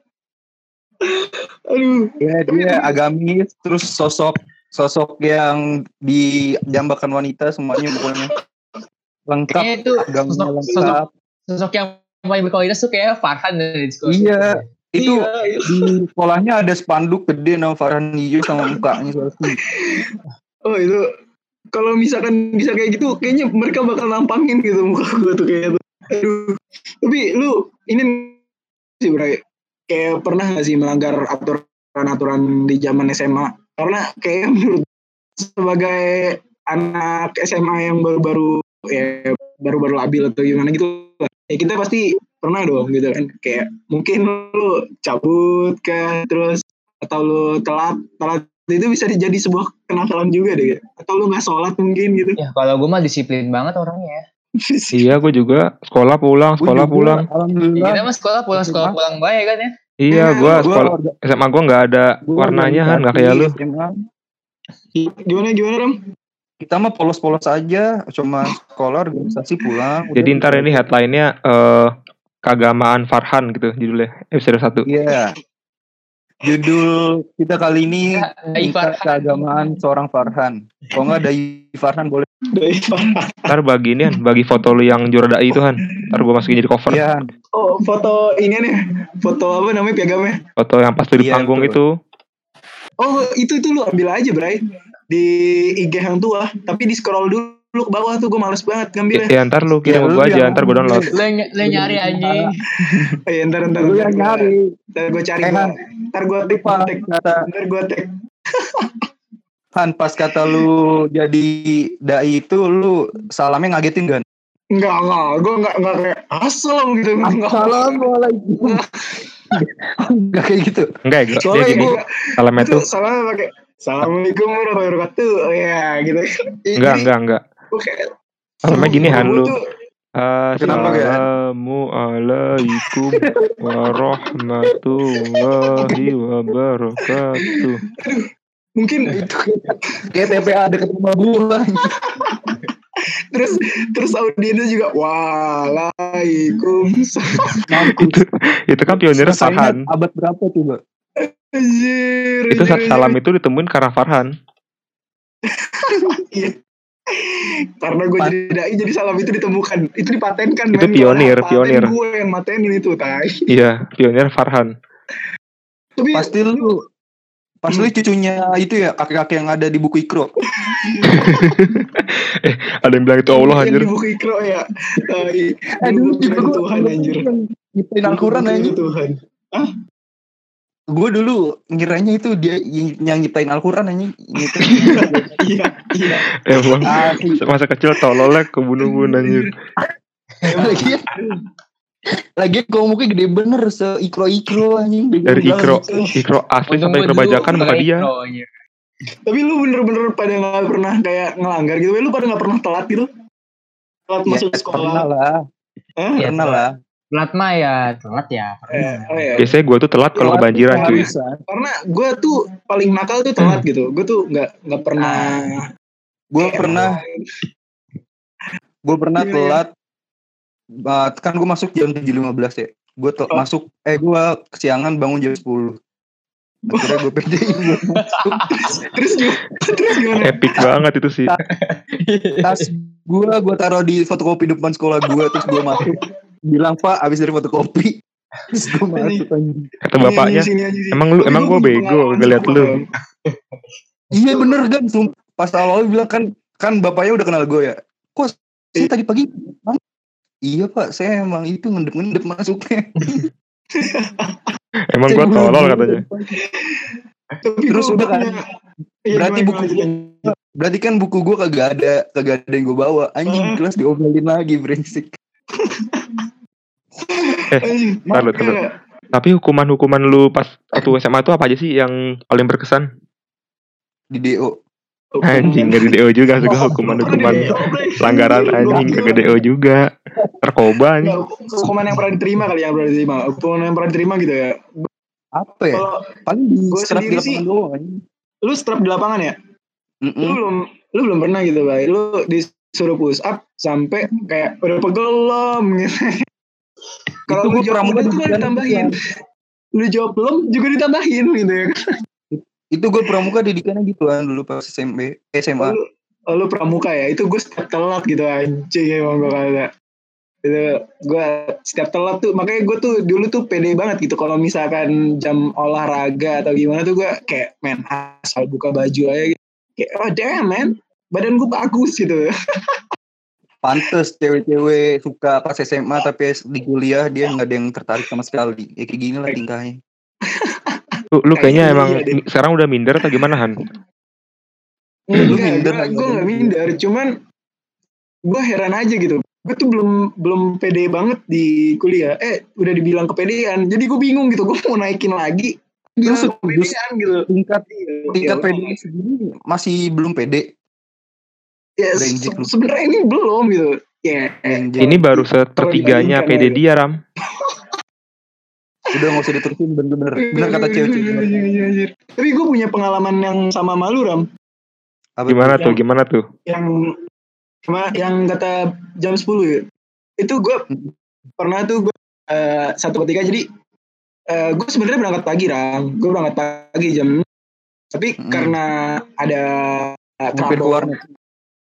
aduh Ya, dia agamis, terus sosok sosok yang dijambakan wanita semuanya pokoknya lengkap, Kayaknya itu agamanya sosok, lengkap. sosok, sosok yang paling berkualitas tuh kayak Farhan dari sekolah. Iya, itu Iya, iya. di sekolahnya ada spanduk gede nama Farhan hijau sama mukanya selfie. Oh itu kalau misalkan bisa kayak gitu kayaknya mereka bakal nampangin gitu muka gue tuh kayak tuh. Aduh. Tapi lu ini sih Bray kayak pernah gak sih melanggar aturan-aturan di zaman S M A? Karena kayak menurut sebagai anak S M A yang baru-baru ya baru-baru labil atau gimana gitu ya kita pasti pernah dong gitu kan kayak mungkin lu cabut kan terus atau lu telat telat itu bisa jadi sebuah kenakalan juga deh atau lu nggak sholat mungkin gitu. Ya kalau gue mah disiplin banget orangnya. Iya, gue juga sekolah pulang, sekolah Gua juga, pulang. Ya, Alhamdulillah. kita mah sekolah pulang sekolah pulang baik kan ya. Iya, gue Gua sekolah orga- S M A gue nggak ada gua warnanya kan, nggak kayak lu. organisasi S M A. Gimana gimana Ram? Kita mah polos-polos aja, cuma sekolah organisasi pulang. Jadi udah. ntar ini headline-nya eh, keagamaan Farhan gitu judulnya episode satu. Iya. Judul kita kali ini Dai tingkat Farhan. keagamaan seorang Farhan. Kalau nggak Dai Farhan boleh Doi Farhan. Ntar bagi ini Han, bagi foto lu yang juara dai itu Han. Ntar gue masukin jadi cover. Iya. Oh, foto ini nih. Foto apa namanya piagamnya? Foto yang pas lu di Iya, panggung betul. itu. Oh, itu itu lu ambil aja, Bray. Di I G yang tua, tapi di scroll dulu ke bawah tuh, gue males banget ngambilnya. Ya ntar lu kirim Ya, ke lu gue aja, yang- ntar gue download. Lu yang lu yang nyari anjing. Oh, iya, ntar ntar Lu ntar yang gua- nyari. Ntar gue cari Eh, gua. Han. Ntar gue tag, Lupa tag. kata Ntar gue tag. Han, pas kata lu jadi dai itu lu salamnya ngagetin kan? Enggak, enggak. Gue enggak enggak kayak asal gitu. Enggak. Assalamualaikum. Enggak kayak gitu. Enggak ya, dia Soalnya gini. gue Salamnya itu tuh. salamnya pakai Assalamualaikum warahmatullahi wabarakatuh. Oh ya, gitu. Enggak, enggak, enggak. Gue kayak Salamnya gini Han gua lu. tuh Kenapa, Gan? Assalamualaikum warahmatullahi wabarakatuh. mungkin Itu kayak T P A deket rumah gua. terus terus audiensnya juga waalaikumsalam. itu itu kan pionirnya Selesainya Farhan. abad berapa coba? Anjir, Itu anjir, salam anjir. itu ditemuin karena Farhan. Iya. Karena gue Pat- jadi dai, jadi salam itu ditemukan, itu dipatenkan. Itu men. pionir, Paten pionir. gue yang matenin itu, tai. Iya, pionir Farhan. Tapi Pasti lu pas lu cucunya itu ya kakek-kakek yang ada di buku Ikro. eh, ada yang bilang itu Allah yang anjir. di buku Ikro ya. Tai. Aduh, Gua kira juga itu Tuhan anjir. Nyiptain Al-Quran Gua kira anjir. itu Tuhan. Gue dulu ngiranya itu dia yang yang nyiptain Al-Quran anjing. Gitu. Iya, iya. Emang Asli. masa kecil tololnya kebunuh-bunuh anjir. Lagi lagi komuknya gede bener se ikro ikro anjing. Dari Ikro, Ikro asli sampai Ikro bajakan bukan dia. Tapi lu bener-bener pada nggak pernah kayak ngelanggar gitu, lu pada nggak pernah telat gitu? Telat Ya, masuk pernah sekolah? lah, Hah? Iya, pernah lah. Telat mah ya, telat ya. Eh, Pernah. oh ya. Biasanya gue tuh telat kalau kebanjiran cuy. Karena gue tuh paling nakal tuh telat gitu. Gue tuh nggak nggak pernah. Gue pernah, gue pernah Gimana ya? telat. Uh, kan gue masuk jam tujuh lima belas ya. Gue tel- Oh. masuk, eh gue kesiangan bangun jam sepuluh. Akhirnya gue pedein buat masuk. Terus gimana? Terus gimana? Epic banget itu sih. Tas gue, gue taruh di fotokopi depan sekolah gue. Terus gue masuk. Bilang, Pak, abis dari fotokopi. Terus gue masuk anjing. Kata bapaknya, Sini, sini, sini. emang lu Tapi emang gua gue punya bego pengalaman ngeliat sama, lu. Bang. Iya bener kan. Sum- Pas awal bilang kan, kan bapaknya udah kenal gue ya. Kok saya tadi pagi? Bang? Iya Pak, saya emang itu ngendep-ngendep masuknya. Emang gue tolol katanya. Tapi Terus gua udah kan. punya- Iya, Berarti gimana, buku gimana, lanjut. Berarti kan buku gue kagak ada, kagak ada yang gue bawa. Anjing Hmm. kelas diomelin lagi brengsek. Eh, Anjing, tar lu, tar lu. enggak. Tapi hukuman-hukuman lu pas waktu S M A tuh apa aja sih yang paling berkesan? Di D O. Anjing, gak di D O juga juga hukuman-hukuman pelanggaran anjing gak D O juga. Narkoba anjing. Enggak, hukuman yang pernah diterima kali yang pernah diterima. Hukuman yang pernah diterima gitu ya. Apa ya? Kalau Paling di gua strap di sendiri sih- lapangan doang anjing. lu strap di lapangan ya, lu Mm-mm. belum lu belum pernah gitu, Bay. Lu disuruh push up sampai kayak udah pegel belum gitu. Kalau Itu lu gua jawab pramuka belum itu kan di- ditambahin. Lu jawab belum juga ditambahin gitu ya. Itu gue pramuka didikannya gitu kan dulu pas S M P, S M A. Lu, oh, lu pramuka ya, itu gue setiap telat gitu anjing emang gue kata. Itu gue setiap telat tuh, makanya gue tuh dulu tuh pede banget gitu kalau misalkan jam olahraga atau gimana tuh gue kayak main asal buka baju aja gitu. Kayak oh damn man, badan gue bagus gitu. Pantes cewek-cewek suka pas S M A tapi di kuliah dia nggak ada yang tertarik sama sekali. Ya kayak gini lah tingkahnya. Lu, lu kayaknya Kayaknya emang iya deh. sekarang udah minder atau gimana Han? Lu Enggak, minder gue aja. gue nggak minder, cuman gue heran aja gitu. Gue tuh belum belum pede banget di kuliah. Eh, udah dibilang kepedean. Jadi gue bingung gitu. Gue mau naikin lagi. Lu Bilang kepedean gitu. tingkat tingkat Ya, pede segini masih belum pede. Ya, Brengsek se- lu. sebenarnya ini belum gitu. Ya. Anjing. Ini baru sepertiganya P D dia Ram. Udah nggak usah diterusin bener-bener. Bener kata cewek-cewek. Tapi gue punya pengalaman yang sama malu Ram. Apa Gimana tuh? tuh? Gimana tuh? Yang cuma yang kata jam sepuluh ya. Itu gue pernah tuh gue uh, satu ketika jadi uh, gue sebenarnya berangkat pagi Ram. Gue berangkat pagi jam. Tapi Hmm. karena ada uh, Mampir ke trouble, warnet.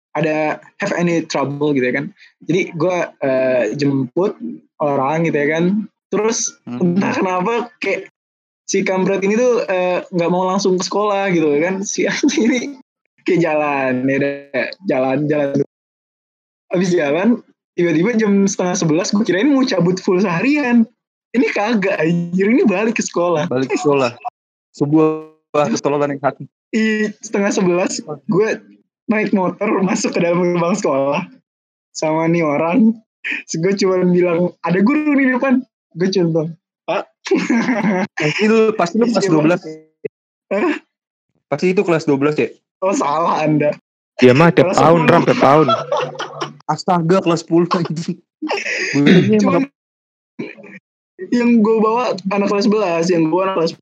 ada have any trouble gitu ya kan. Jadi gue uh, jemput orang gitu ya kan. Terus hmm. entah kenapa kayak si kampret ini tuh nggak uh, mau langsung ke sekolah gitu kan. Si anjing ini kayak jalan ya udah jalan jalan. Habis jalan tiba-tiba jam setengah sebelas gue kirain mau cabut full seharian. Ini kagak, anjir, ini balik ke sekolah. Balik ke sekolah. Sebuah ketololan yang hati. Iya, setengah sebelas gue naik motor masuk ke dalam gerbang sekolah sama nih orang. Gue cuma bilang ada guru di depan. Gue contoh, Pak. Pasti lu pasti lu kelas dua belas. Hah? Pasti itu kelas dua belas ya? Oh salah Anda. Iya mah tiap tahun ram tiap tahun. Astaga kelas sepuluh anjing. Cuman yang gue bawa anak kelas sebelas, yang gue anak kelas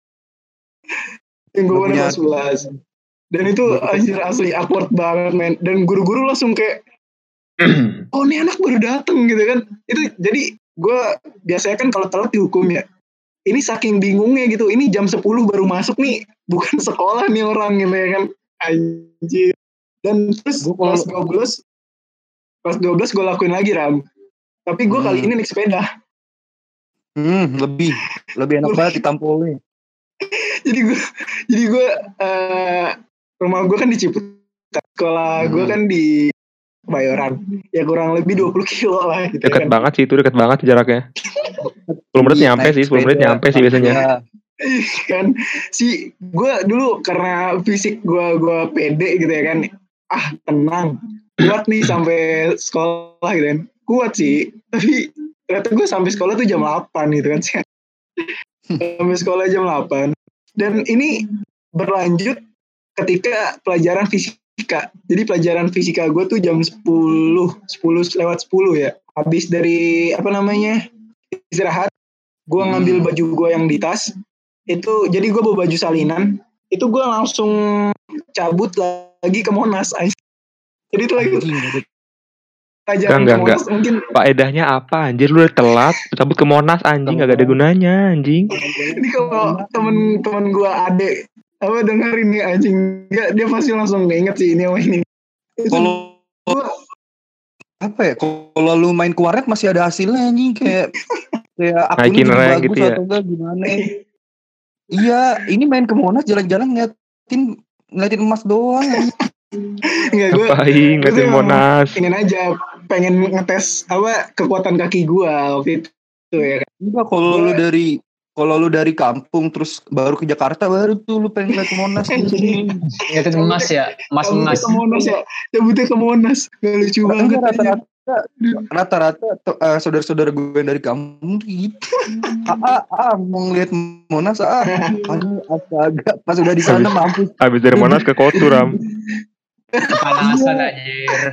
yang gue anak kelas sebelas. Dan itu anjir asli awkward banget men. Dan guru-guru langsung kayak oh ini anak baru dateng gitu kan. Itu jadi gue biasanya kan kalau telat dihukum ya. Ini saking bingungnya gitu. Ini jam sepuluh baru masuk nih. Bukan sekolah nih orang gitu ya kan. Anjir. Dan terus kelas dua belas kelas dua belas gue lakuin lagi Ram. Tapi gue hmm. kali ini naik sepeda. Hmm, lebih lebih enak banget ditampolnya. jadi gue jadi gue uh, rumah gue kan di Ciputat, sekolah hmm. gue kan di Kebayoran, ya kurang lebih dua puluh kilo lah. Gitu dekat kan. banget sih itu, dekat banget jaraknya. sepuluh menit nyampe sih, sepuluh menit nyampe sih biasanya. Kan si gue dulu karena fisik gue gue pede gitu ya kan, ah tenang, kuat nih sampai sekolah gitu kan, kuat sih, tapi ternyata gue sampai sekolah tuh jam delapan gitu kan. Sampai sekolah jam delapan. Dan ini berlanjut ketika pelajaran fisika. Jadi pelajaran fisika gue tuh jam sepuluh, sepuluh lewat sepuluh ya. Habis dari apa namanya istirahat, gue ngambil baju gue yang di tas. Itu jadi gue bawa baju salinan. Itu gue langsung cabut lagi ke Monas. Jadi itu lagi Enggak, enggak, enggak. Mungkin... Faedahnya apa anjir, lu udah telat cabut ke Monas anjing, gak ada gunanya anjing. Ini kalau temen-temen gue adek apa dengerin nih anjing, enggak, dia pasti langsung inget sih ini sama ini. Kalau apa ya, kalau lu main ke warnet masih ada hasilnya anjing, kayak kayak akunnya bagus gitu ya? Atau enggak gimana. Iya, ini main ke Monas jalan-jalan ngeliatin ngeliatin emas doang anjing. Enggak, gue ngeliatin Monas. Ingin aja pengen ngetes apa kekuatan kaki gue waktu itu ya kan. Enggak, kalau lu dari kalau lu dari kampung terus baru ke Jakarta baru tuh lu pengen lihat Monas. Ngeliatin emas ya, emas emas. Ke Monas ya, cabutnya ke Monas. Gak lucu banget. Rata-rata rata-rata uh, saudara-saudara gue dari kampung gitu. Ah, ah, mau ngeliat Monas ah. Aduh, astaga, pas udah di sana mampus. Habis dari Monas ke Kotu Ram. Kepanasan anjir.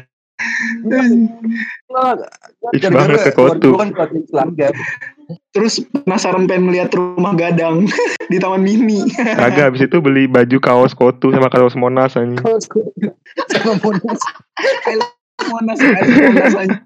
Gara-gara ke Kotu. Kan terus penasaran pengen melihat rumah gadang di Taman Mini. Kagak, habis itu beli baju kaos Kotu sama kaos Monas anjing. Kaos Kotu sama Monas. Monas Monas aja.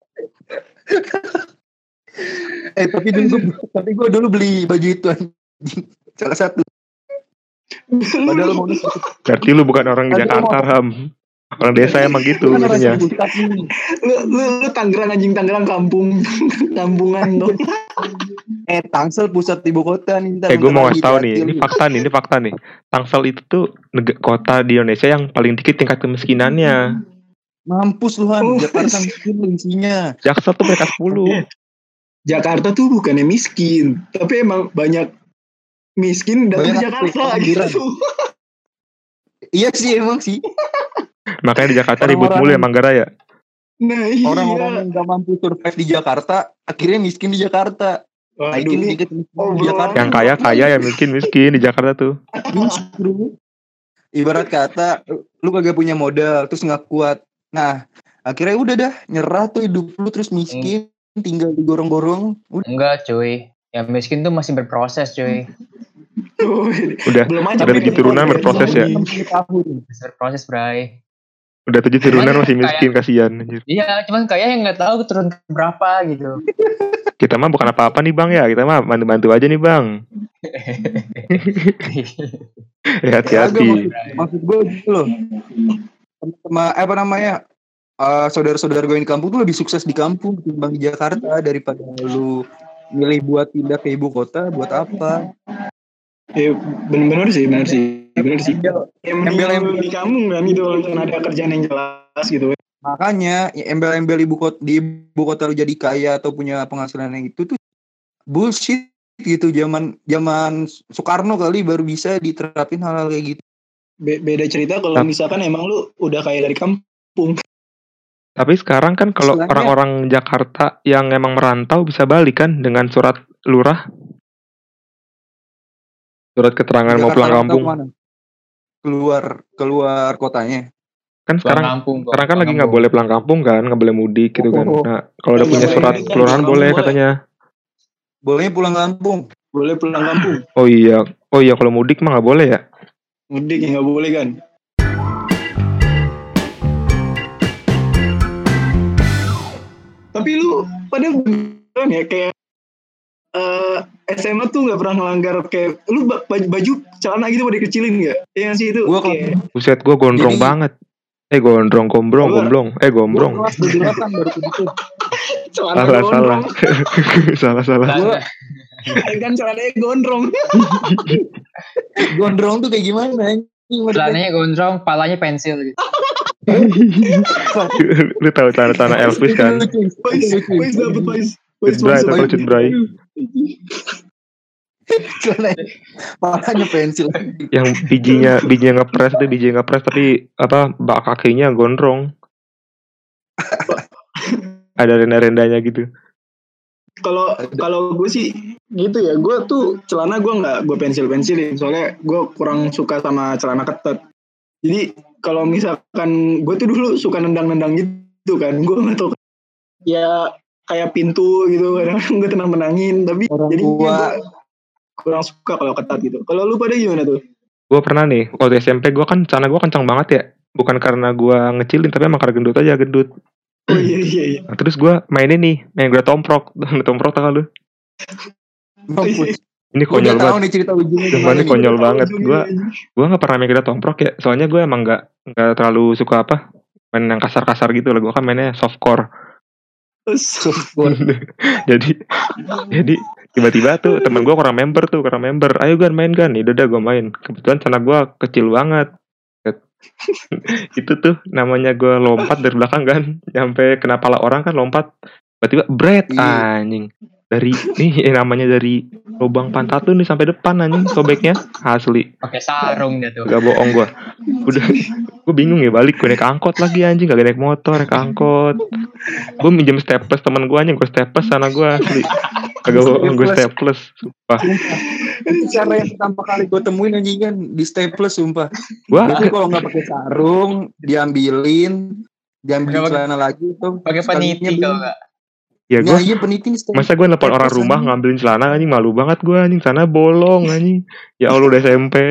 Eh tapi dulu tapi gue dulu beli baju itu anjing. Salah satu. Padahal Monas. Berarti lu bukan orang Jakarta Ram. Orang desa emang gitu biasanya. Lu, lu, lu Tangerang anjing, Tangerang kampung, kampungan dong. Eh Tangsel pusat ibu kota nih. Eh gue mau ngasih tahu nih, ini fakta nih, ini fakta nih. Tangsel itu tuh neg- kota di Indonesia yang paling dikit tingkat kemiskinannya. Mampus lu Han, Jakarta miskin lu isinya. Jaksel tuh mereka sepuluh. Jakarta tuh bukannya miskin, tapi emang banyak miskin datang ke Jakarta gitu. Iya sih emang sih. Makanya di Jakarta ribut mulu ya Manggarai ya. Nah, iya. Orang-orang yang gak mampu survive di Jakarta akhirnya miskin di Jakarta. Waduh, ini oh, di Jakarta. Yang kaya kaya ya miskin miskin di Jakarta tuh. Ibarat kata lu kagak punya modal terus nggak kuat. Nah akhirnya udah dah nyerah tuh hidup lu terus miskin hmm. tinggal digorong-gorong. Udah. Enggak cuy, yang miskin tuh masih berproses cuy. Udah udah tujuh turunan berproses ya. Berproses Bray. Udah tujuh turunan masih miskin, kasihan. Iya, cuman kayak yang nggak tahu turun berapa gitu. Kita mah bukan apa-apa nih bang ya, kita mah bantu-bantu aja nih bang. Ya, hati-hati. Maksud gue gitu loh. Sama apa namanya? uh, saudara-saudara gue yang di kampung tuh lebih sukses di kampung ketimbang di Jakarta daripada lu milih buat pindah ke ibu kota buat apa? Ya benar-benar sih, benar sih, benar sih. Yang Embel-embel di kampung kan gitu, kalau misalnya ada kerjaan yang jelas gitu. Makanya ya, embel-embel ibu kota di ibu kota lu jadi kaya atau punya penghasilan yang itu tuh bullshit gitu. Zaman zaman Soekarno kali baru bisa diterapin hal-hal kayak gitu. Be- beda cerita kalau misalkan emang lu udah kaya dari kampung. Tapi sekarang kan kalau Istilahnya- orang-orang Jakarta yang emang merantau bisa balik kan dengan surat lurah, surat keterangan mau Jakarta pulang rantau kampung. kemana? Keluar keluar kotanya. Kan Pulang sekarang kampung. kok, sekarang kan pulang lagi nggak kampung. boleh pulang kampung kan, nggak boleh mudik gitu kan. Oh. Nah kalau udah Nggak punya boleh, surat kan kelurahan pulang boleh kampung katanya. Boleh pulang kampung. Boleh pulang kampung. Oh iya, oh iya kalau mudik mah nggak boleh ya. Mudik ya nggak boleh kan. Tapi lu pada beneran ya kayak eh, S M A tuh nggak pernah melanggar kayak lu ba- baju, baju celana gitu pada dikecilin nggak? Yang sih itu Gua kayak Buset gue gondrong Jadi- banget. Eh gondrong, gombrong, Apa? gombrong. Eh Gua gombrong. kelas dua belasan baru gitu. celana Salah salah. gondrong. salah salah. Celana. Kan celananya gondrong. Gondrong tuh kayak gimana? anjing? Celananya gondrong, palanya pensil gitu. Lu tahu celana-celana Elvis kan? Boys, boys dapet boys. Boys Cut Bray, masuk. atau Cut Bray. Celananya palanya pensil. Yang bijinya bijinya ngepres tuh biji ngepres tapi apa bak kakinya gondrong. Ada renda-rendanya gitu. Kalau kalau gue sih gitu ya, gue tuh celana gue nggak gue pensil pensilin soalnya gue kurang suka sama celana ketat. Jadi kalau misalkan gue tuh dulu suka nendang-nendang gitu kan, gue nggak tahu ya kayak pintu gitu kadang-kadang gue tenang-tenangin tapi Orang jadi tua. gue kurang suka kalau ketat gitu. Kalau lu pada gimana tuh? Gue pernah nih waktu S M P gue kan celana gue kencang banget ya. Bukan karena gue ngecilin tapi emang karena gendut aja gendut. Oh iya iya iya. Nah, terus gue mainin nih main gue tomprok. tomprok tau lu? Mampus. Ini Gua konyol udah tahu banget. nih cerita ujungnya Sumpah gimana ini nih. konyol Tahu banget. ujungnya, Gue anjing. gue nggak pernah main kita tomprok ya. Soalnya gue emang nggak nggak terlalu suka apa main yang kasar-kasar gitu lah. Gue kan mainnya softcore. Terus, jadi jadi tiba-tiba tuh temen gue kurang member tuh kurang member. Ayo Gan main Gan. Ya udah gue main. Kebetulan celana gue kecil banget. Itu tuh namanya gue lompat dari belakang kan nyampe kena pala orang kan lompat tiba-tiba bret Iya. anjing dari nih eh, namanya dari lubang pantat tuh nih sampai depan anjing sobeknya asli Pakai sarung dia tuh. gak bohong gue udah gue bingung ya balik gue naik angkot lagi anjing gak naik motor naik angkot gue minjem staples temen gue anjing gue staples sana gue asli kagak bohong gue staples sumpah Itu cara yang pertama kali gue temuin anjing kan di staples sumpah. gue Biasanya kalau nggak pakai sarung, diambilin, diambil Pakai- celana lagi tuh. Pakai peniti kalau enggak. ya gue Nah, iya peniti nih staples. masa gue nelfon orang Staples, rumah anjing. ngambilin celana anjing malu banget gue anjing celana bolong anjing ya Allah udah S M P.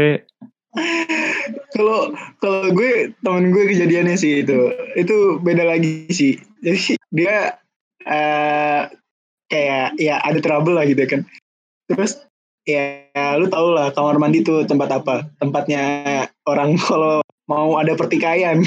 kalau kalau gue temen gue kejadiannya sih itu itu beda lagi sih. Jadi dia eh kayak ya ada trouble lah gitu kan. Terus ya lu tau lah kamar mandi tuh tempat apa? Tempatnya orang kalau mau ada pertikaian.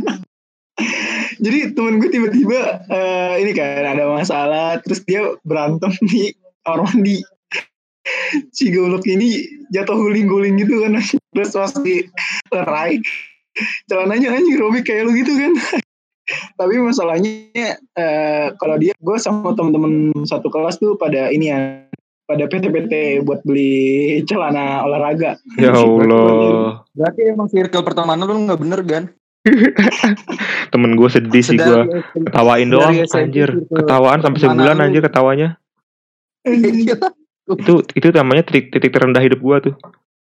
Jadi temen gue tiba-tiba eh, ini kan ada masalah, terus dia berantem di kamar mandi. Si goblok ini jatuh guling-guling gitu kan, terus masih lerai. Celananya anjing robek kayak lu gitu kan. Tapi masalahnya eh, kalau dia, gue sama temen-temen satu kelas tuh pada ini ya, pada P T P T buat beli celana olahraga. Ya Allah Berarti emang circle pertemanan lu nggak bener kan? temen gue sedih sih gue ketawain doang dari S M P anjir circle ketawaan sampai pertemanan sebulan lu. anjir ketawanya Iya. itu itu namanya titik titik terendah hidup gue tuh.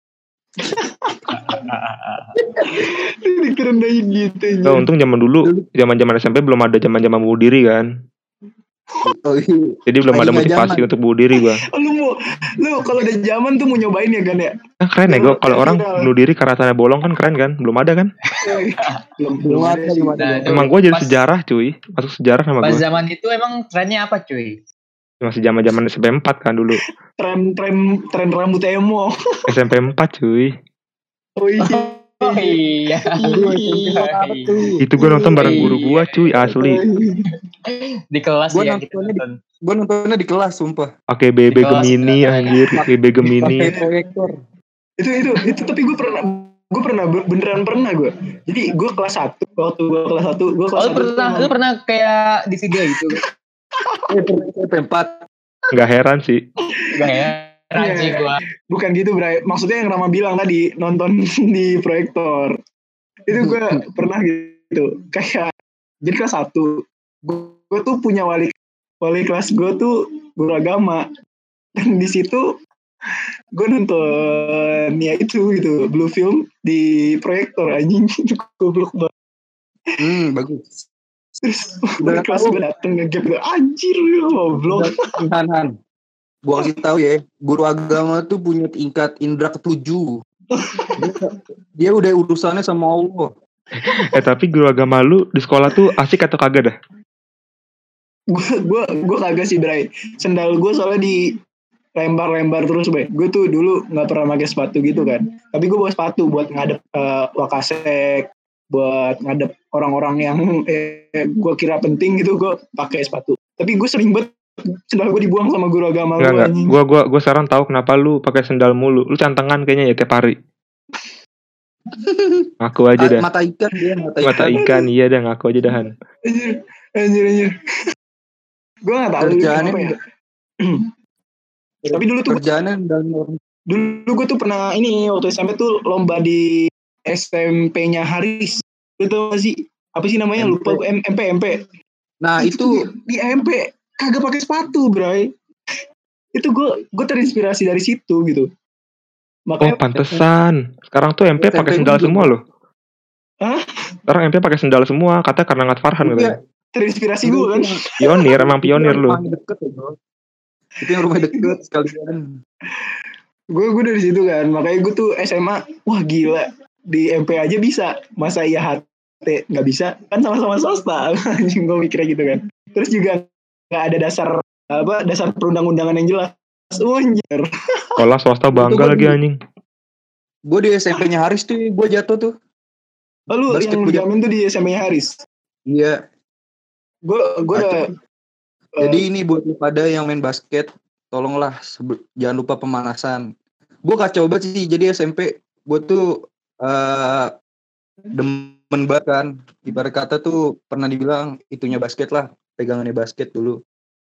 Dikerendahin gitu. Nah, untung zaman dulu zaman zaman S M P belum ada zaman zaman bunuh diri kan Oh, iya. jadi belum ada Lagi nggak motivasi zaman. untuk bunuh diri gue. Oh, lu mau, lu kalau ada zaman tuh mau nyobain ya Gan ya? Nah, keren ya gue kalau Viral. orang bunuh diri karena tanah bolong kan keren kan belum ada kan belum Belum ada, sih. belum ada. Nah, emang gue jadi Pas- sejarah cuy masuk sejarah sama Pas gue zaman itu emang trennya apa cuy? masih zaman zaman S M P empat kan dulu Tren tren tren rambut emo. S M P empat cuy Oh iya. Oh iya. Guru S M P apa tuh? Itu gue nonton bareng guru gue cuy, asli. Di kelas Gua ya kita nontonnya di- nonton. Gue nontonnya di kelas, sumpah. Pakai B B Di kelas Gemini beneran. anjir, B B Gemini. Pakai proyektor. itu itu itu tapi gue pernah gue pernah beneran pernah gue. Jadi gue kelas satu waktu gue kelas satu gue kelas Oh, lu satu pernah lu pernah kayak di video itu? Eh, S M P empat. Nggak heran sih. Enggak ya? Ranci Iya. gua. Bukan gitu, Bray. Maksudnya yang Rama bilang tadi nonton di proyektor. Itu gue pernah gitu. Kayak jadi kelas satu gue tuh punya wali wali kelas gue tuh guru agama. Dan di situ gue nonton ya itu gitu Blue Film di proyektor anjing. Itu goblok banget. Hmm, bagus. Terus Udah wali kelas tahu. gue dateng ngegap gue anjir goblok. Han, Han. Gua kasih tahu ya, guru agama tuh punya tingkat indra ketujuh. Dia, dia udah urusannya sama Allah. Eh tapi guru agama lu di sekolah tuh asik atau kagak dah? gue gue gue kagak sih Bray. Sendal gue soalnya di lempar-lempar terus Bray. Gue tuh dulu nggak pernah pakai sepatu gitu kan, tapi gue bawa sepatu buat ngadep uh, wakasek, buat ngadep orang-orang yang eh, gue kira penting gitu. Gue pakai sepatu, tapi gue sering banget sendal gue dibuang sama guru agama. Enggak Lu enggak. anjing. Gua gua gua sekarang tahu kenapa lu pakai sendal mulu. Lu cantengan kayaknya ya tiap hari. Ngaku aja dah. Mata ikan dia, mata ikan. Mata ikan iya dah, ngaku aja dah Han. Anjir, anjir, anjir. Gue nggak tahu Kerjaannya kenapa ya. Tapi dulu tuh kerjaannya dan orang. dulu gue tuh pernah ini waktu S M P tuh lomba di S M P-nya Haris. Lu tau gak sih? Apa sih namanya? M P. Lupa gue. M P M P. Nah, itu di M P kagak pakai sepatu, Bray. Itu gue gue terinspirasi dari situ gitu. Oh Makanya pantesan. Sekarang tuh M P S M P pakai sendal gua semua loh. Hah? Sekarang M P pakai sendal semua. Kata karena ngat Farhan Iya. katanya. terinspirasi gue kan. Pionir, emang pionir lu. Rumahnya deket ya, bro. Itu yang rumah deket sekalian. Gue gue dari situ kan. Makanya gue tuh S M A, wah gila. Di M P aja bisa. Masa iya H T nggak bisa? Kan sama-sama swasta. Anjing gue mikirnya gitu kan. Terus juga nggak ada dasar apa dasar perundang-undangan yang jelas. Oh, anjir. Sekolah swasta bangga lagi anjing. Gue di S M P-nya Haris tuh, gue jatuh tuh. Lalu Basket yang gua dijamin tuh di S M P-nya Haris. Iya. Gue gue udah Jadi ini buat lu pada yang main basket, tolonglah sebe- jangan lupa pemanasan. Gue kacau banget sih, jadi S M P gue tuh uh, demen banget kan. Ibarat kata tuh pernah dibilang itunya basket lah, pegangannya basket dulu.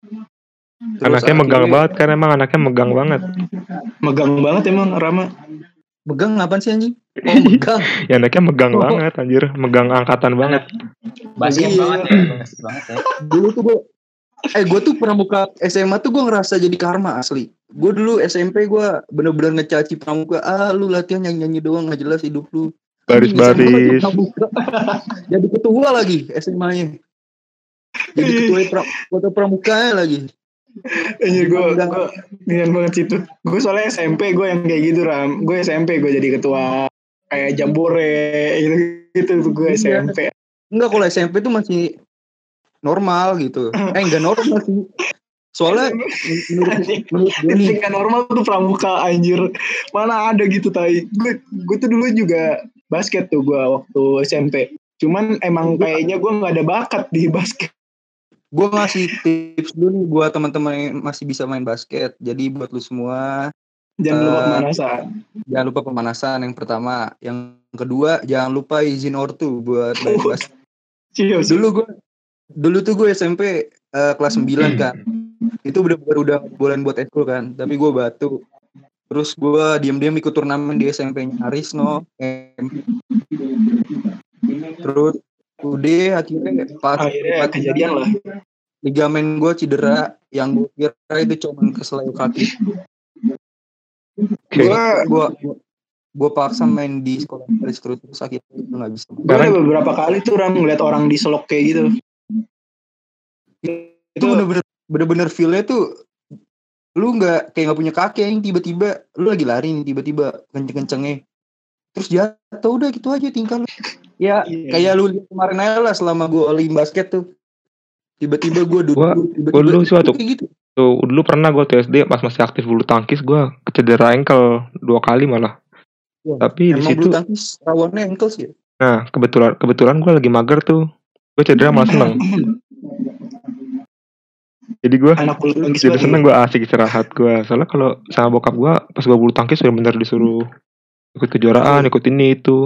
Terus Anaknya megang akhirnya- banget kan emang anaknya megang banget. megang banget emang Rama. Megang apaan sih anjing? Oh megang. Ya anaknya megang banget anjir, megang angkatan banget. Basket Iya. banget ya, basket banget ya. Dulu tuh gue, eh gue tuh pramuka S M A tuh gue ngerasa jadi karma asli. Gue dulu S M P gue bener-bener ngecaci pramuka. Ah lu latihan nyanyi-nyanyi doang nggak jelas hidup lu. Baris-baris. S M A aja pramuka. Jadi ketua lagi S M A-nya. Jadi ketua pra, ketua pramukanya lagi. Anjir gue gue nian banget situ. Gue soalnya S M P gue yang kayak gitu Ram. Gue S M P gue jadi ketua kayak jambore gitu gitu tuh gue S M P. Enggak, kalau S M P tuh masih normal gitu. Eh enggak normal sih. Soalnya menurut Anjing. menurut gue nih, Tingkat normal tuh pramuka anjir. Mana ada gitu tai. Gue gue tuh dulu juga basket tuh gue waktu S M P. Cuman emang kayaknya gue nggak ada bakat di basket. gue ngasih tips dulu nih buat teman-teman yang masih bisa main basket. Jadi buat lu semua, Jangan lupa Eh, pemanasan. jangan lupa pemanasan yang pertama. Yang kedua, jangan lupa izin ortu buat main basket. Serius. Dulu gue, dulu tuh gue S M P eh, kelas sembilan kan. Itu bener-bener udah bolehan buat ekskul kan. Tapi gue batu. Terus gue diam-diam ikut turnamen di S M P-nya Haris no. Terus udah akhirnya pas Akhirnya kejadian lah. ligamen gue cedera, yang gue kira itu cuma keseleo kaki. Oke. Gue Gue gue paksa main di sekolah Haris terus terus akhirnya gue nggak bisa. gue ada beberapa kali tuh Ram ngeliat orang diselok kayak gitu. Itu bener-bener bener-bener feel-nya tuh lu nggak kayak nggak punya kaki yang tiba-tiba lu lagi lari nih tiba-tiba kenceng-kencengnya terus jatuh udah gitu aja tingkah lu. Ya Iya. kayak lu lihat kemarin aja lah selama gue olim basket tuh tiba-tiba gue duduk Gua- tiba-tiba gua dulu sih waktu- kayak gitu. Tuh, dulu pernah gue tuh S D pas masih aktif bulu tangkis gue cedera ankle dua kali malah. Wah, Tapi di emang situ, bulu tangkis rawannya ankles ya. nah kebetulan kebetulan gue lagi mager tuh. Gue cedera malah seneng. Jadi gue Anak bulu tangkis jadi banget. seneng, gue asik istirahat gue. Soalnya kalau sama bokap gue pas gue bulu tangkis bener-bener disuruh ikut kejuaraan, ikut ini itu.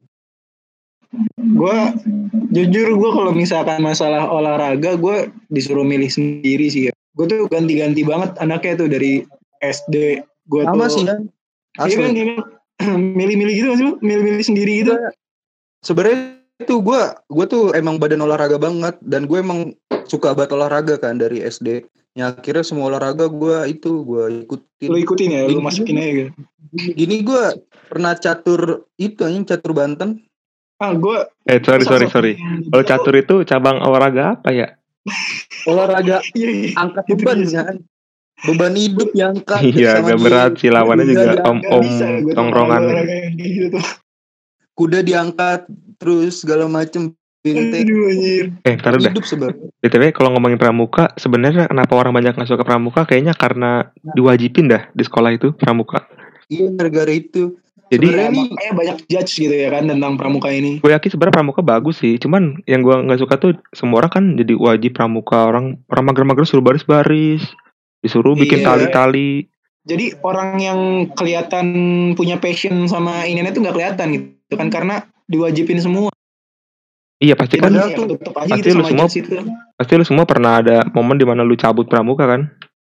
Gue jujur gue kalau misalkan masalah olahraga gue disuruh milih sendiri sih ya. Gue tuh ganti-ganti banget anaknya tuh dari S D. Gue Sama tuh sih kan. iya kan, Asli. iya kan? milih-milih gitu nggak sih lu? Milih-milih sendiri gitu. Sebenarnya itu gue gue tuh emang badan olahraga banget dan gue emang suka banget olahraga kan dari S D. Ya akhirnya semua olahraga gue itu gue ikutin. Lu ikutin ya, lu Gini- masukin aja gitu. Gini gue pernah catur itu anjing catur Banten. Ah gue Eh sorry sorry sorry. Kalau catur itu cabang olahraga apa ya? Olahraga iya, iya. angkat Itu beban dia. kan. Beban hidup yang angkat. Iya, sama agak di- berat sih lawannya kuda juga diangkat, om Gak om bisa gue tuh tongkrongan. olahraga yang kayak gitu tuh. Kuda diangkat terus segala macem benteng Aduh anjir. Eh ntar udah. hidup sebenarnya. B T W kalau ngomongin pramuka, sebenarnya kenapa orang banyak nggak suka pramuka? Kayaknya karena diwajibin dah di sekolah itu pramuka. Iya gara-gara itu. Jadi Sebenarnya Ya, nih makanya banyak judge gitu ya kan tentang pramuka ini. gue yakin sebenarnya pramuka bagus sih. Cuman yang gue nggak suka tuh semua orang kan jadi wajib pramuka. Orang orang mager-mager suruh baris-baris, disuruh bikin Iya. tali-tali. Jadi orang yang kelihatan punya passion sama ininya tuh nggak kelihatan gitu kan karena diwajibin semua. Iya pasti kan. Jadi ya ketutup aja pasti gitu lu sama semua- judge itu. Pasti lu semua pernah ada momen dimana lu cabut pramuka kan?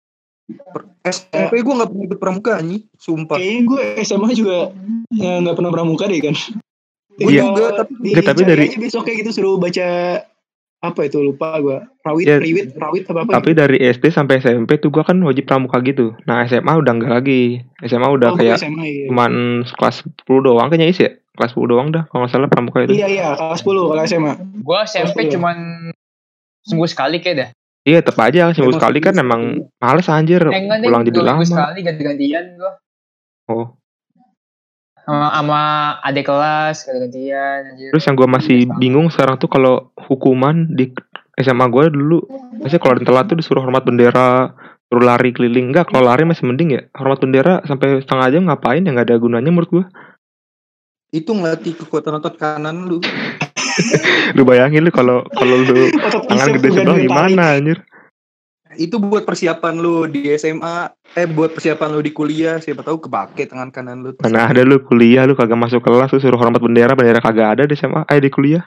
S M P gue gak pernah ikut pramuka nih, sumpah. Kayaknya gue S M A juga ya nggak pernah pramuka deh kan. Gue Iya. juga, tapi Di, Nggak, tapi cari dari- aja besoknya gitu suruh baca apa itu lupa gue. Rawit, Ya, riwit, rawit apa apa. Tapi gitu. dari S D sampai S M P tuh gue kan wajib pramuka gitu. Nah S M A udah enggak lagi. S M A udah Oh, gue kayak S M A ya. cuman kelas sepuluh doang kayaknya isi ya. Kelas sepuluh doang dah kalau nggak salah pramuka itu. Iya iya kelas sepuluh kalau S M A. Gue S M P Betul. cuman seminggu sekali kayak dah. Iya tetep aja seminggu Emang sekali kan seminggu emang males anjir Eh, enggak deh, pulang jadi dua minggu lama. sekali ganti-gantian gue. Oh. Sama, sama adik kelas ganti-gantian. Anjir. Terus yang gue masih bingung sekarang tuh kalau hukuman di S M A gue dulu, masih kalau ada telat tuh disuruh hormat bendera, suruh lari keliling. Enggak, kalau lari masih mending ya. Hormat bendera sampai setengah jam ngapain ya, nggak ada gunanya menurut gue. itu ngelatih kekuatan otot kanan lu. Lu bayangin lu kalau kalau lu Otot tangan bicep gede bukan sebelah ditarik. gimana anjir. Itu buat persiapan lu di S M A, eh buat persiapan lu di kuliah, siapa tahu kepake tangan kanan lu. Mana ada lu kuliah lu kagak masuk kelas lu suruh hormat bendera, bendera kagak ada di S M A, eh di kuliah.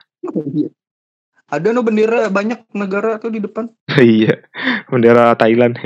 Ada no bendera banyak negara tuh di depan. Iya, bendera Thailand.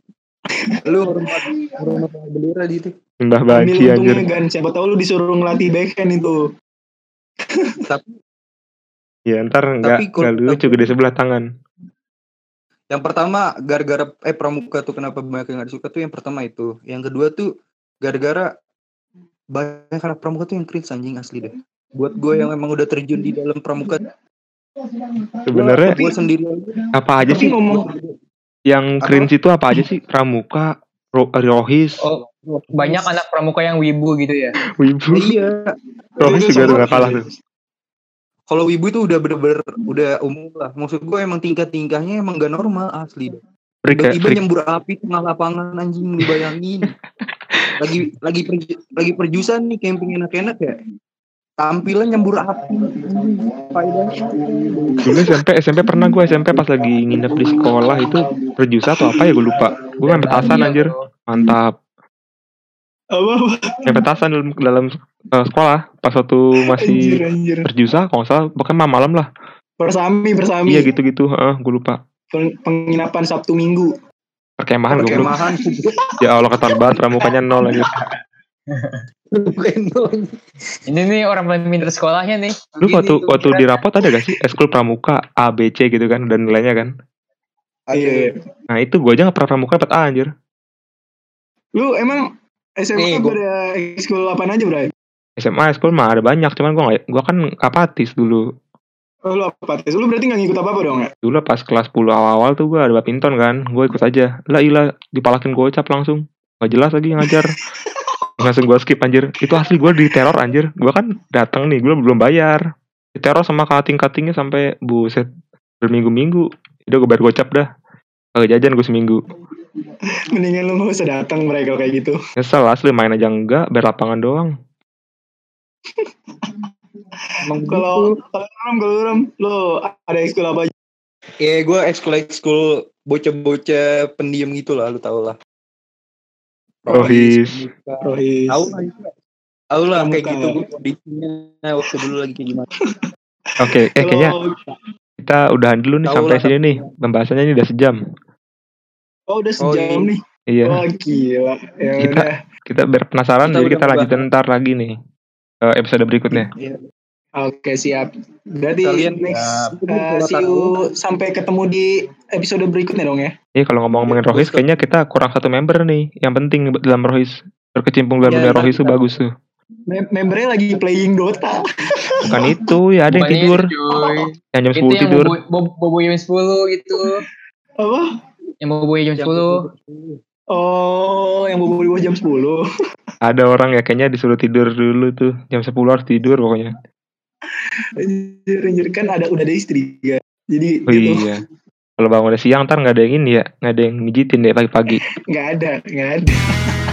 Lu hormat hormat bendera di itu. Mbah Ambil banci untungnya anjir. kan siapa tahu lu disuruh ngelatih backhand itu. Tapi Ya ntar enggak Tapi kalau- enggak lucu gede sebelah tangan. yang pertama gara-gara eh pramuka tuh kenapa banyak yang gak disuka tuh yang pertama itu. Yang kedua tuh gara-gara banyak anak pramuka tuh yang cringe anjing asli deh. Buat gue yang emang udah terjun di dalam pramuka, Sebenarnya gue sendiri aja. apa aja Tapi sih ngomong yang Apa? cringe itu apa aja sih? Pramuka, ro- rohis, Oh, banyak anak pramuka yang wibu gitu ya. wibu. Iya. Rohis Itu juga sama- tuh gak kalah tuh. Kalau wibu itu udah bener-bener udah umum lah. Maksud gue emang tingkat-tingkahnya emang gak normal asli deh. Freak ya, Tiba-tiba freak. nyembur api tengah lapangan anjing lu bayangin. lagi lagi perju, lagi perjusan nih camping enak-enak ya. Tampilan nyembur api. Faedahnya. Dulu S M P, S M P pernah gue S M P pas lagi nginep di sekolah itu perjusa atau apa ya gue lupa. Gue main petasan Iya, anjir, bro. mantap. apa apa Main petasan dalam dalam uh, sekolah pas waktu anjir masih anjir. perjusa, kalau nggak salah pokoknya malam lah. Persami persami. Iya gitu-gitu, heeh, gue lupa. Peng- Penginapan Sabtu Minggu. Perkemahan gue belum. Perkemahan. Ya Allah ketar banget, pramukanya nol aja. Ini nih orang paling pintar sekolahnya nih. Lu Begini waktu tuh waktu di pikirannya. rapot ada gak sih eskul pramuka A B C gitu kan dan nilainya kan? Iya. Nah itu gue aja nggak pernah pramuka dapat A anjir. Lu emang S M A Nih, gua- pada ekskul apaan aja, Bray? S M A eskul mah ada banyak, cuman gue nggak, gue kan apatis dulu. Oh, lu apa tes? Lu berarti gak ngikut apa-apa dong ya? Dulu pas kelas sepuluh awal-awal tuh gue ada badminton kan, gue ikut aja. Lah ilah dipalakin gocap langsung, nggak jelas lagi ngajar. Langsung gue skip anjir. Itu asli gue diteror anjir. Gue kan datang nih, gue belum bayar. Diteror sama kating-katingnya sampai buset berminggu-minggu. Udah gue bayar gocap dah. Kagak jajan gue seminggu. Mendingan lu gak usah datang mereka kayak gitu. Nyesel asli main aja enggak, bayar lapangan doang. Emang Kalau gitu. kalau Ram, kalau Ram, lo ada ekskul apa aja? Ya gue ekskul ekskul bocah-bocah pendiam gitu lah, lu tau lah. Rohis. Rohis. Tahu lah itu. Tahu lah kayak Pramuka. gitu gue kondisinya waktu dulu lagi kayak gimana. Oke, eh kayaknya Kalau kita udahan dulu nih Tahu sampai lah. sini nih. Pembahasannya ini udah sejam. oh udah Oh, sejam iya. nih. Iya. Wah gila. Ya Kita udah. kita biar penasaran Kita jadi udah kita lanjutin ngebahas. ntar lagi nih. eh, episode berikutnya. Iya. Oke siap. Berarti Kalian, next ya, uh, see you sampai ketemu di episode berikutnya dong ya. Iya kalau ngomong-ngomongin Iya, Rohis betul. kayaknya kita kurang satu member nih. Yang penting dalam Rohis. Berkecimpung dalam Iya, dunia iya, Rohis itu kita- bagus tuh. Mem- membernya lagi playing Dota. Bukan itu, ya ada yang Bukannya tidur. itu, cuy. Yang jam Itu sepuluh yang tidur. bobo, bobo, bobo jam sepuluh gitu. Apa? Yang bobo jam sepuluh. Oh, yang bobo di bawah jam sepuluh. Ada orang ya kayaknya disuruh tidur dulu tuh. Jam sepuluh harus tidur pokoknya. Anjir, anjir, kan ada udah ada istri ya. Jadi Oh gitu. iya. Kalau bangun siang ntar nggak ada yang ini ya, nggak ada yang mijitin deh pagi-pagi. Nggak ada, nggak ada.